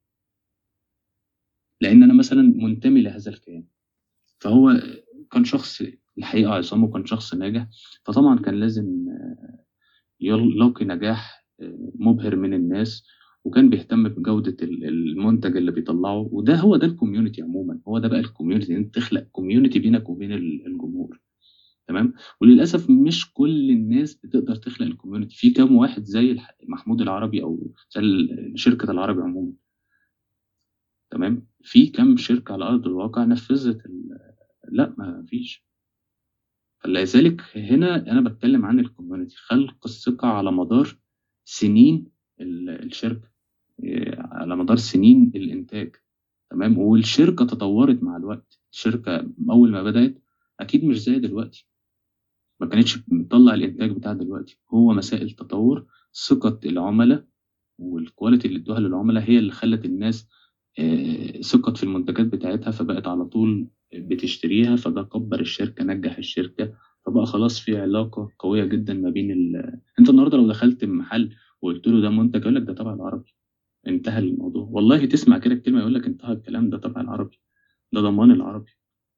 لأن أنا مثلا منتمي لهذا الكيان. فهو كان شخص الحقيقة عصام، وكان شخص ناجح، فطبعا كان لازم يلاقي نجاح مبهر من الناس، وكان بيهتم بجودة المنتج اللي بيطلعه. وده هو ده الكوميونتي عموما، هو ده بقى الكوميونتي، انت تخلق كوميونتي بينك وبين الجمهور، تمام. وللأسف مش كل الناس بتقدر تخلق الكوميونتي. في كام واحد زي محمود العربي أو زي شركة العربي عموما، تمام، في كام شركة على أرض الواقع نفذت لا ما فيش. فلذلك هنا أنا بتكلم عن الكوميونتي، خلق الثقة على مدار سنين الشركة، على مدار سنين الإنتاج، تمام. والشركة تطورت مع الوقت. الشركة أول ما بدأت أكيد مش زي دلوقتي، ما كانتش بتطلع الإنتاج بتاع دلوقتي. هو مسائل تطور، ثقة العملاء والكواليتي اللي ادوها للعملاء هي اللي خلت الناس ثقت في المنتجات بتاعتها، فبقت على طول بتشتريها. فده كبر الشركة، نجح الشركة، فبقى خلاص في علاقة قوية جدا ما بين انت النهارده لو دخلت محل وقلت له ده منتج، يقول لك ده تبع العربي، انتهى الموضوع. والله تسمع كده الكلمة يقول لك انتهى الكلام، ده تبع العربي، ده ضمان العربي.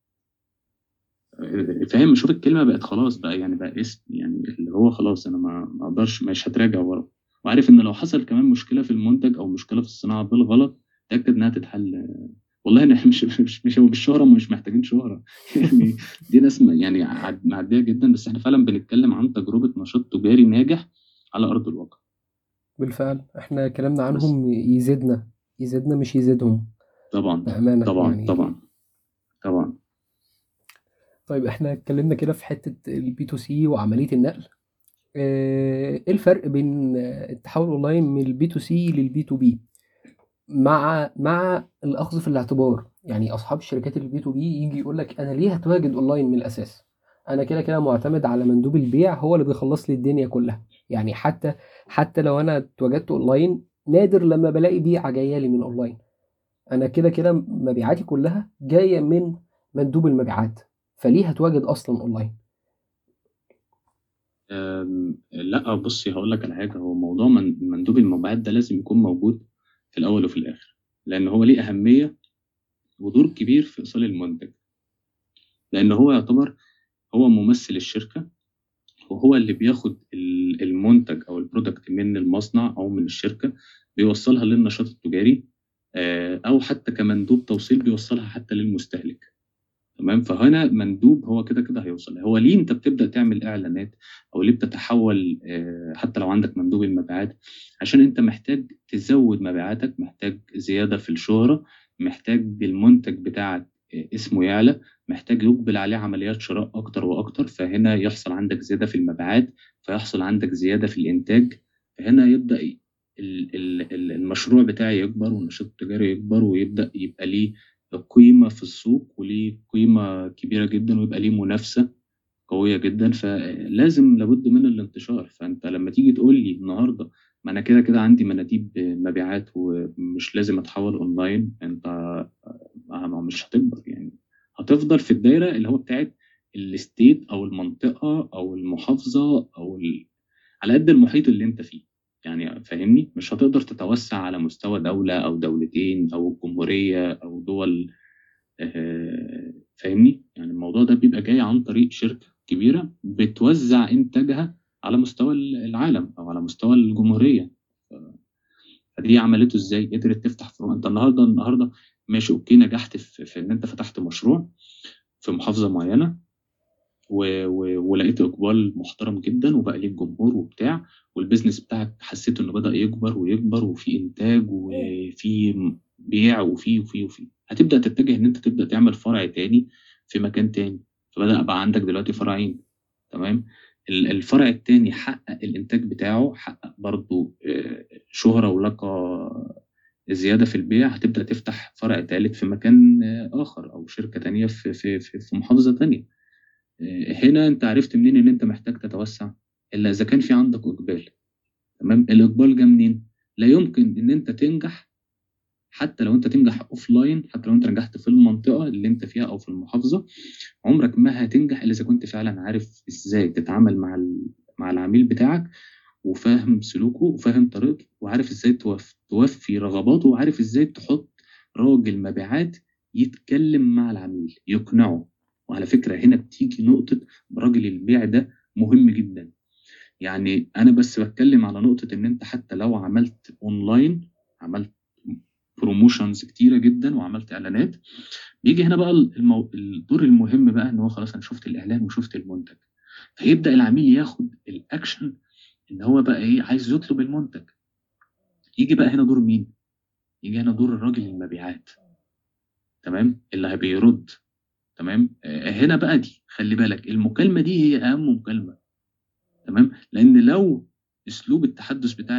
فاهم؟ شوف الكلمة بقت خلاص بقى، يعني بقى اسم، يعني اللي هو خلاص انا ما اقدرش، مش هتراجع ورا. وعارف ان لو حصل كمان مشكلة في المنتج او مشكلة في الصناعة بالغلط، تأكد انها تتحل. والله احنا مش هو بالشهرة، مش محتاجين شهرة يعني دي ناس يعني معدية جدا، بس احنا فعلا بنتكلم عن تجربة نشاط تجاري ناجح على أرض الواقع. بالفعل احنا كلامنا بس عنهم يزيدنا، يزيدنا مش يزيدهم، طبعا بأمانة طبعا يعني. طبعا طبعا. طيب احنا اتكلمنا كده في حتة البي تو سي وعملية النقل. ايه الفرق بين التحول اونلاين من البي تو سي للبي تو بي، مع الاخذ في الاعتبار يعني اصحاب الشركات البي تو بي يجي يقول لك انا ليه هتواجد اونلاين من الاساس؟ انا كده كده معتمد على مندوب البيع هو اللي بيخلص لي الدنيا كلها. يعني حتى لو انا اتواجدت اونلاين نادر لما بلاقي بيعه جايه لي من اونلاين. انا كده كده مبيعاتي كلها جايه من مندوب المبيعات، فليه هتواجد اصلا اونلاين؟ لا بصي هقول لك على حاجه. هو موضوع مندوب المبيعات ده لازم يكون موجود في الاول وفي الاخر، لان هو ليه اهميه ودور كبير في ايصال المنتج، لان هو يعتبر هو ممثل الشركه، وهو اللي بياخد المنتج او البرودكت من المصنع او من الشركه، بيوصلها للنشاط التجاري، او حتى كمندوب توصيل بيوصلها حتى للمستهلك. تمام. فهنا مندوب هو كده كده هيوصل. هو ليه انت بتبدا تعمل اعلانات او ليه بتتحول حتى لو عندك مندوب المبيعات؟ عشان انت محتاج تزود مبيعاتك، محتاج زياده في الشهره، محتاج المنتج بتاعك اسمه يعلى، محتاج يقبل عليه عمليات شراء اكتر واكتر، فهنا يحصل عندك زياده في المبيعات، فيحصل عندك زياده في الانتاج. فهنا يبدا المشروع بتاعي يكبر والنشاط التجاري يكبر، ويبدا يبقى ليه قيمة في السوق وليه قيمة كبيرة جدا، ويبقى ليه منافسة قوية جدا. فلازم لابد من الانتشار. فأنت لما تيجي تقول لي النهاردة ما أنا كده كده عندي مناديب مبيعات ومش لازم أتحول أونلاين، أنت مش هتكبر يعني. هتفضل في الدايرة اللي هو بتاعت الستيت أو المنطقة أو المحافظة على قد المحيط اللي أنت فيه. يعني فاهمني، مش هتقدر تتوسع على مستوى دولة أو دولتين أو الجمهورية أو دول. فاهمني، يعني الموضوع ده بيبقى جاي عن طريق شركة كبيرة بتوزع إنتاجها على مستوى العالم أو على مستوى الجمهورية. فدي عملته إزاي؟ قدرت تفتح فروع. أنت النهاردة ماشي أوكي، نجحت في إن أنت فتحت مشروع في محافظة معينة، ولقيت إقبال محترم جدا وبقى ليك جمهور وبتاع، والبيزنس بتاعك حسيت إنه بدأ يكبر ويكبر وفي إنتاج وفي بيع وفي هتبدأ تتجه إن أنت تبدأ تعمل فرع تاني في مكان تاني. فبدأ بقى عندك دلوقتي فرعين. تمام. الفرع التاني حقق الإنتاج بتاعه، حقق برضو شهرة ولقى زيادة في البيع، هتبدأ تفتح فرع تالت في مكان آخر أو شركة تانية في محافظة تانية. هنا انت عرفت منين ان انت محتاج تتوسع؟ الا اذا كان في عندك اقبال. تمام. الاقبال جه منين؟ لا يمكن ان انت تنجح حتى لو انت تنجح اوف لاين، حتى لو انت نجحت في المنطقه اللي انت فيها او في المحافظه، عمرك ما هتنجح الا اذا كنت فعلا عارف ازاي تتعامل مع العميل بتاعك، وفاهم سلوكه وفاهم طريقته، وعارف ازاي توفي رغباته، وعارف ازاي تحط راجل مبيعات يتكلم مع العميل يقنعه. وعلى فكرة هنا بتيجي نقطة راجل البيع ده مهم جدا. يعني أنا بس بتكلم على نقطة إن أنت حتى لو عملت أونلاين، عملت بروموشنز كتيرة جدا وعملت إعلانات، بيجي هنا بقى الدور المهم بقى إن هو خلاص أنا شفت الإعلان وشفت المنتج، فيبدأ العميل ياخد الأكشن إن هو بقى إيه، عايز يطلب المنتج. يجي بقى هنا دور مين؟ يجي هنا دور الراجل المبيعات. تمام. اللي بيرد. تمام. هنا بقى دي خلي بالك المكالمة دي هي أهم مكالمة. تمام. لان لو اسلوب التحدث بتاع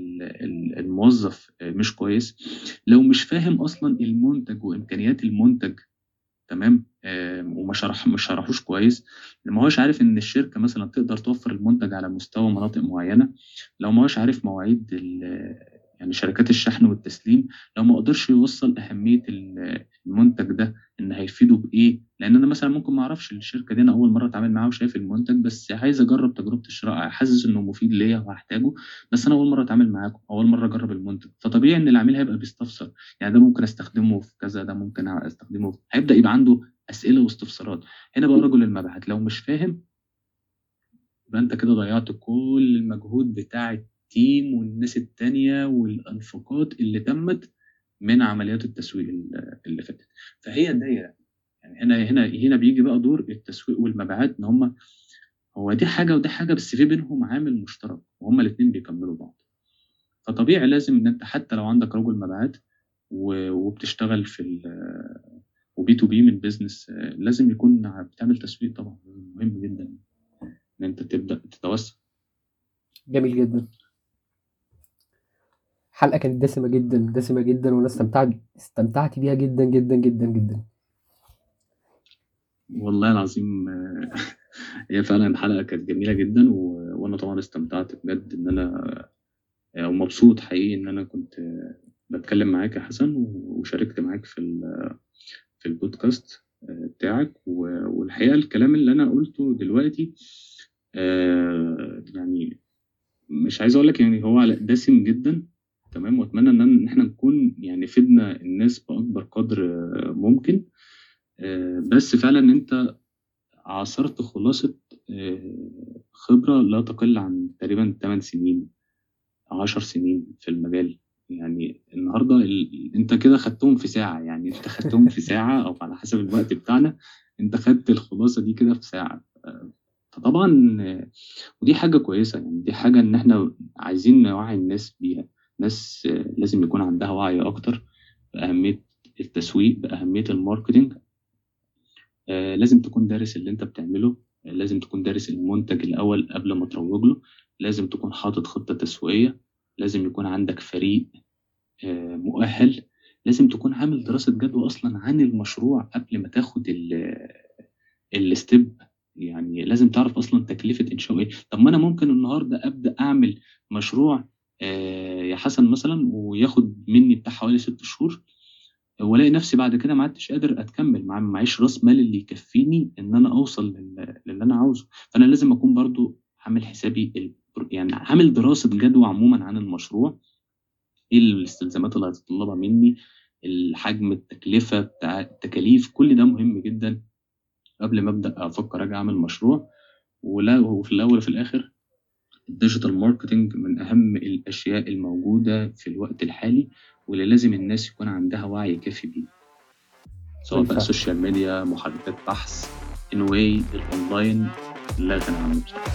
الموظف مش كويس، لو مش فاهم اصلا المنتج وامكانيات المنتج، تمام، مش شرحوش كويس، ما هوش عارف ان الشركه مثلا تقدر توفر المنتج على مستوى مناطق معينه، لو ما هوش عارف مواعيد يعني شركات الشحن والتسليم، لو ما قدرش يوصل اهميه المنتج ده ان هيفيده بايه. لان انا مثلا ممكن ما اعرفش الشركه دي، انا اول مره اتعامل معاها وشايف المنتج بس عايز اجرب تجربه الشراء، حاسس انه مفيد ليا وهحتاجه، بس انا اول مره اتعامل معاكم، اول مره اجرب المنتج، فطبيعي ان العميل هيبقى بيستفسر. يعني ده ممكن استخدمه في كذا، ده ممكن استخدمه هيبدا يبقى عنده اسئله واستفسارات. هنا بقى رجل المبيعات لو مش فاهم، يبقى انت كده ضيعت كل المجهود بتاع التيم والناس التانية والانفاقات اللي تمت من عمليات التسويق اللي فاتت. فهي دايره. يعني هنا بيجي بقى دور التسويق والمبيعات، ان هم هو دي حاجه ودي حاجه، بس في بينهم عامل مشترك وهما الاثنين بيكملوا بعض. فطبيعي لازم ان انت حتى لو عندك رجل مبيعات وبتشتغل وبي تو بي من بيزنس، لازم يكون بتعمل تسويق طبعا، مهم جدا ان انت تبدا تتوسع. جميل جدا. حلقة كانت دسمة جدا دسمة جدا، وانا استمتعت بيها جدا جدا جدا جدا. والله العظيم هي فعلا حلقة كانت جميلة جدا، وأنا طبعا استمتعت بجد إن أنا ومبسوط حقيقي إن أنا كنت بتكلم معاك يا حسن، وشاركت معاك في البودكاست بتاعك. والحقيقة الكلام اللي أنا قلته دلوقتي يعني مش عايز أقول لك يعني هو دسم جدا، تمام. وأتمنى إن إحنا نكون يعني فدنا الناس بأكبر قدر ممكن. بس فعلا أنت عاصرت خلاصة خبرة لا تقل عن تقريبا 8 سنين 10 سنين في المجال. يعني النهاردة انت كده خدتهم في ساعة، يعني انت خدتهم في ساعة او على حسب الوقت بتاعنا، انت خدت الخلاصة دي كده في ساعة. فطبعا ودي حاجة كويسة، يعني دي حاجة ان احنا عايزين نوعي الناس بيها. ناس لازم يكون عندها وعي اكتر بأهمية التسويق، بأهمية الماركتينج. لازم تكون دارس اللي انت بتعمله، لازم تكون دارس المنتج الأول قبل ما تروج له، لازم تكون حاطط خطة تسويقية، لازم يكون عندك فريق مؤهل، لازم تكون عامل دراسة جدوى أصلا عن المشروع قبل ما تاخد الستيب. يعني لازم تعرف أصلا تكلفة إنشاء إيه. طب ما أنا ممكن النهاردة أبدأ أعمل مشروع يا حسن مثلا، وياخد مني بتاع حوالي 6 شهور، والاقي نفسي بعد كده ما عدتش قادر اكمل، معيش راس مال اللي يكفيني ان انا اوصل للي انا عاوزه. فانا لازم اكون برضو عامل حسابي يعني عامل دراسة جدوى عموما عن المشروع، ايه الاستلزامات اللي هتطلبها مني، الحجم، التكلفة بتاع التكاليف، كل ده مهم جدا قبل ما ابدا افكر اجي اعمل مشروع. وفي الاول وفي الاخر الديجيتال ماركتينج من اهم الاشياء الموجودة في الوقت الحالي، واللي لازم الناس يكون عندها وعي كافي بيه، سواء بقى بالفعل. سوشيال ميديا، محركات بحث، انواي الاونلاين لا غنى عنه بصراحه.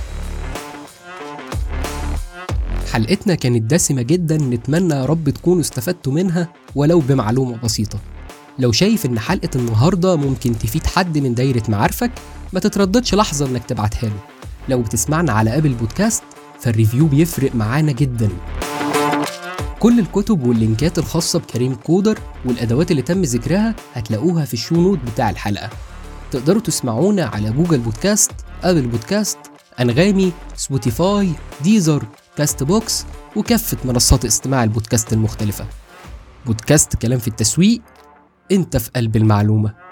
حلقتنا كانت دسمة جدا، نتمنى يا رب تكونوا استفدتوا منها ولو بمعلومة بسيطة. لو شايف ان حلقة النهاردة ممكن تفيد حد من دايرة معارفك، ما تترددش لحظة انك تبعتها له. لو بتسمعنا على ابل بودكاست فالريفيو بيفرق معانا جدا. كل الكتب واللينكات الخاصة بكريم كودر والأدوات اللي تم ذكرها هتلاقوها في الشو نوت بتاع الحلقة. تقدروا تسمعونا على جوجل بودكاست، أبل بودكاست، أنغامي، سبوتيفاي، ديزر، كاست بوكس، وكافة منصات استماع البودكاست المختلفة. بودكاست كلام في التسويق، انت في قلب المعلومة.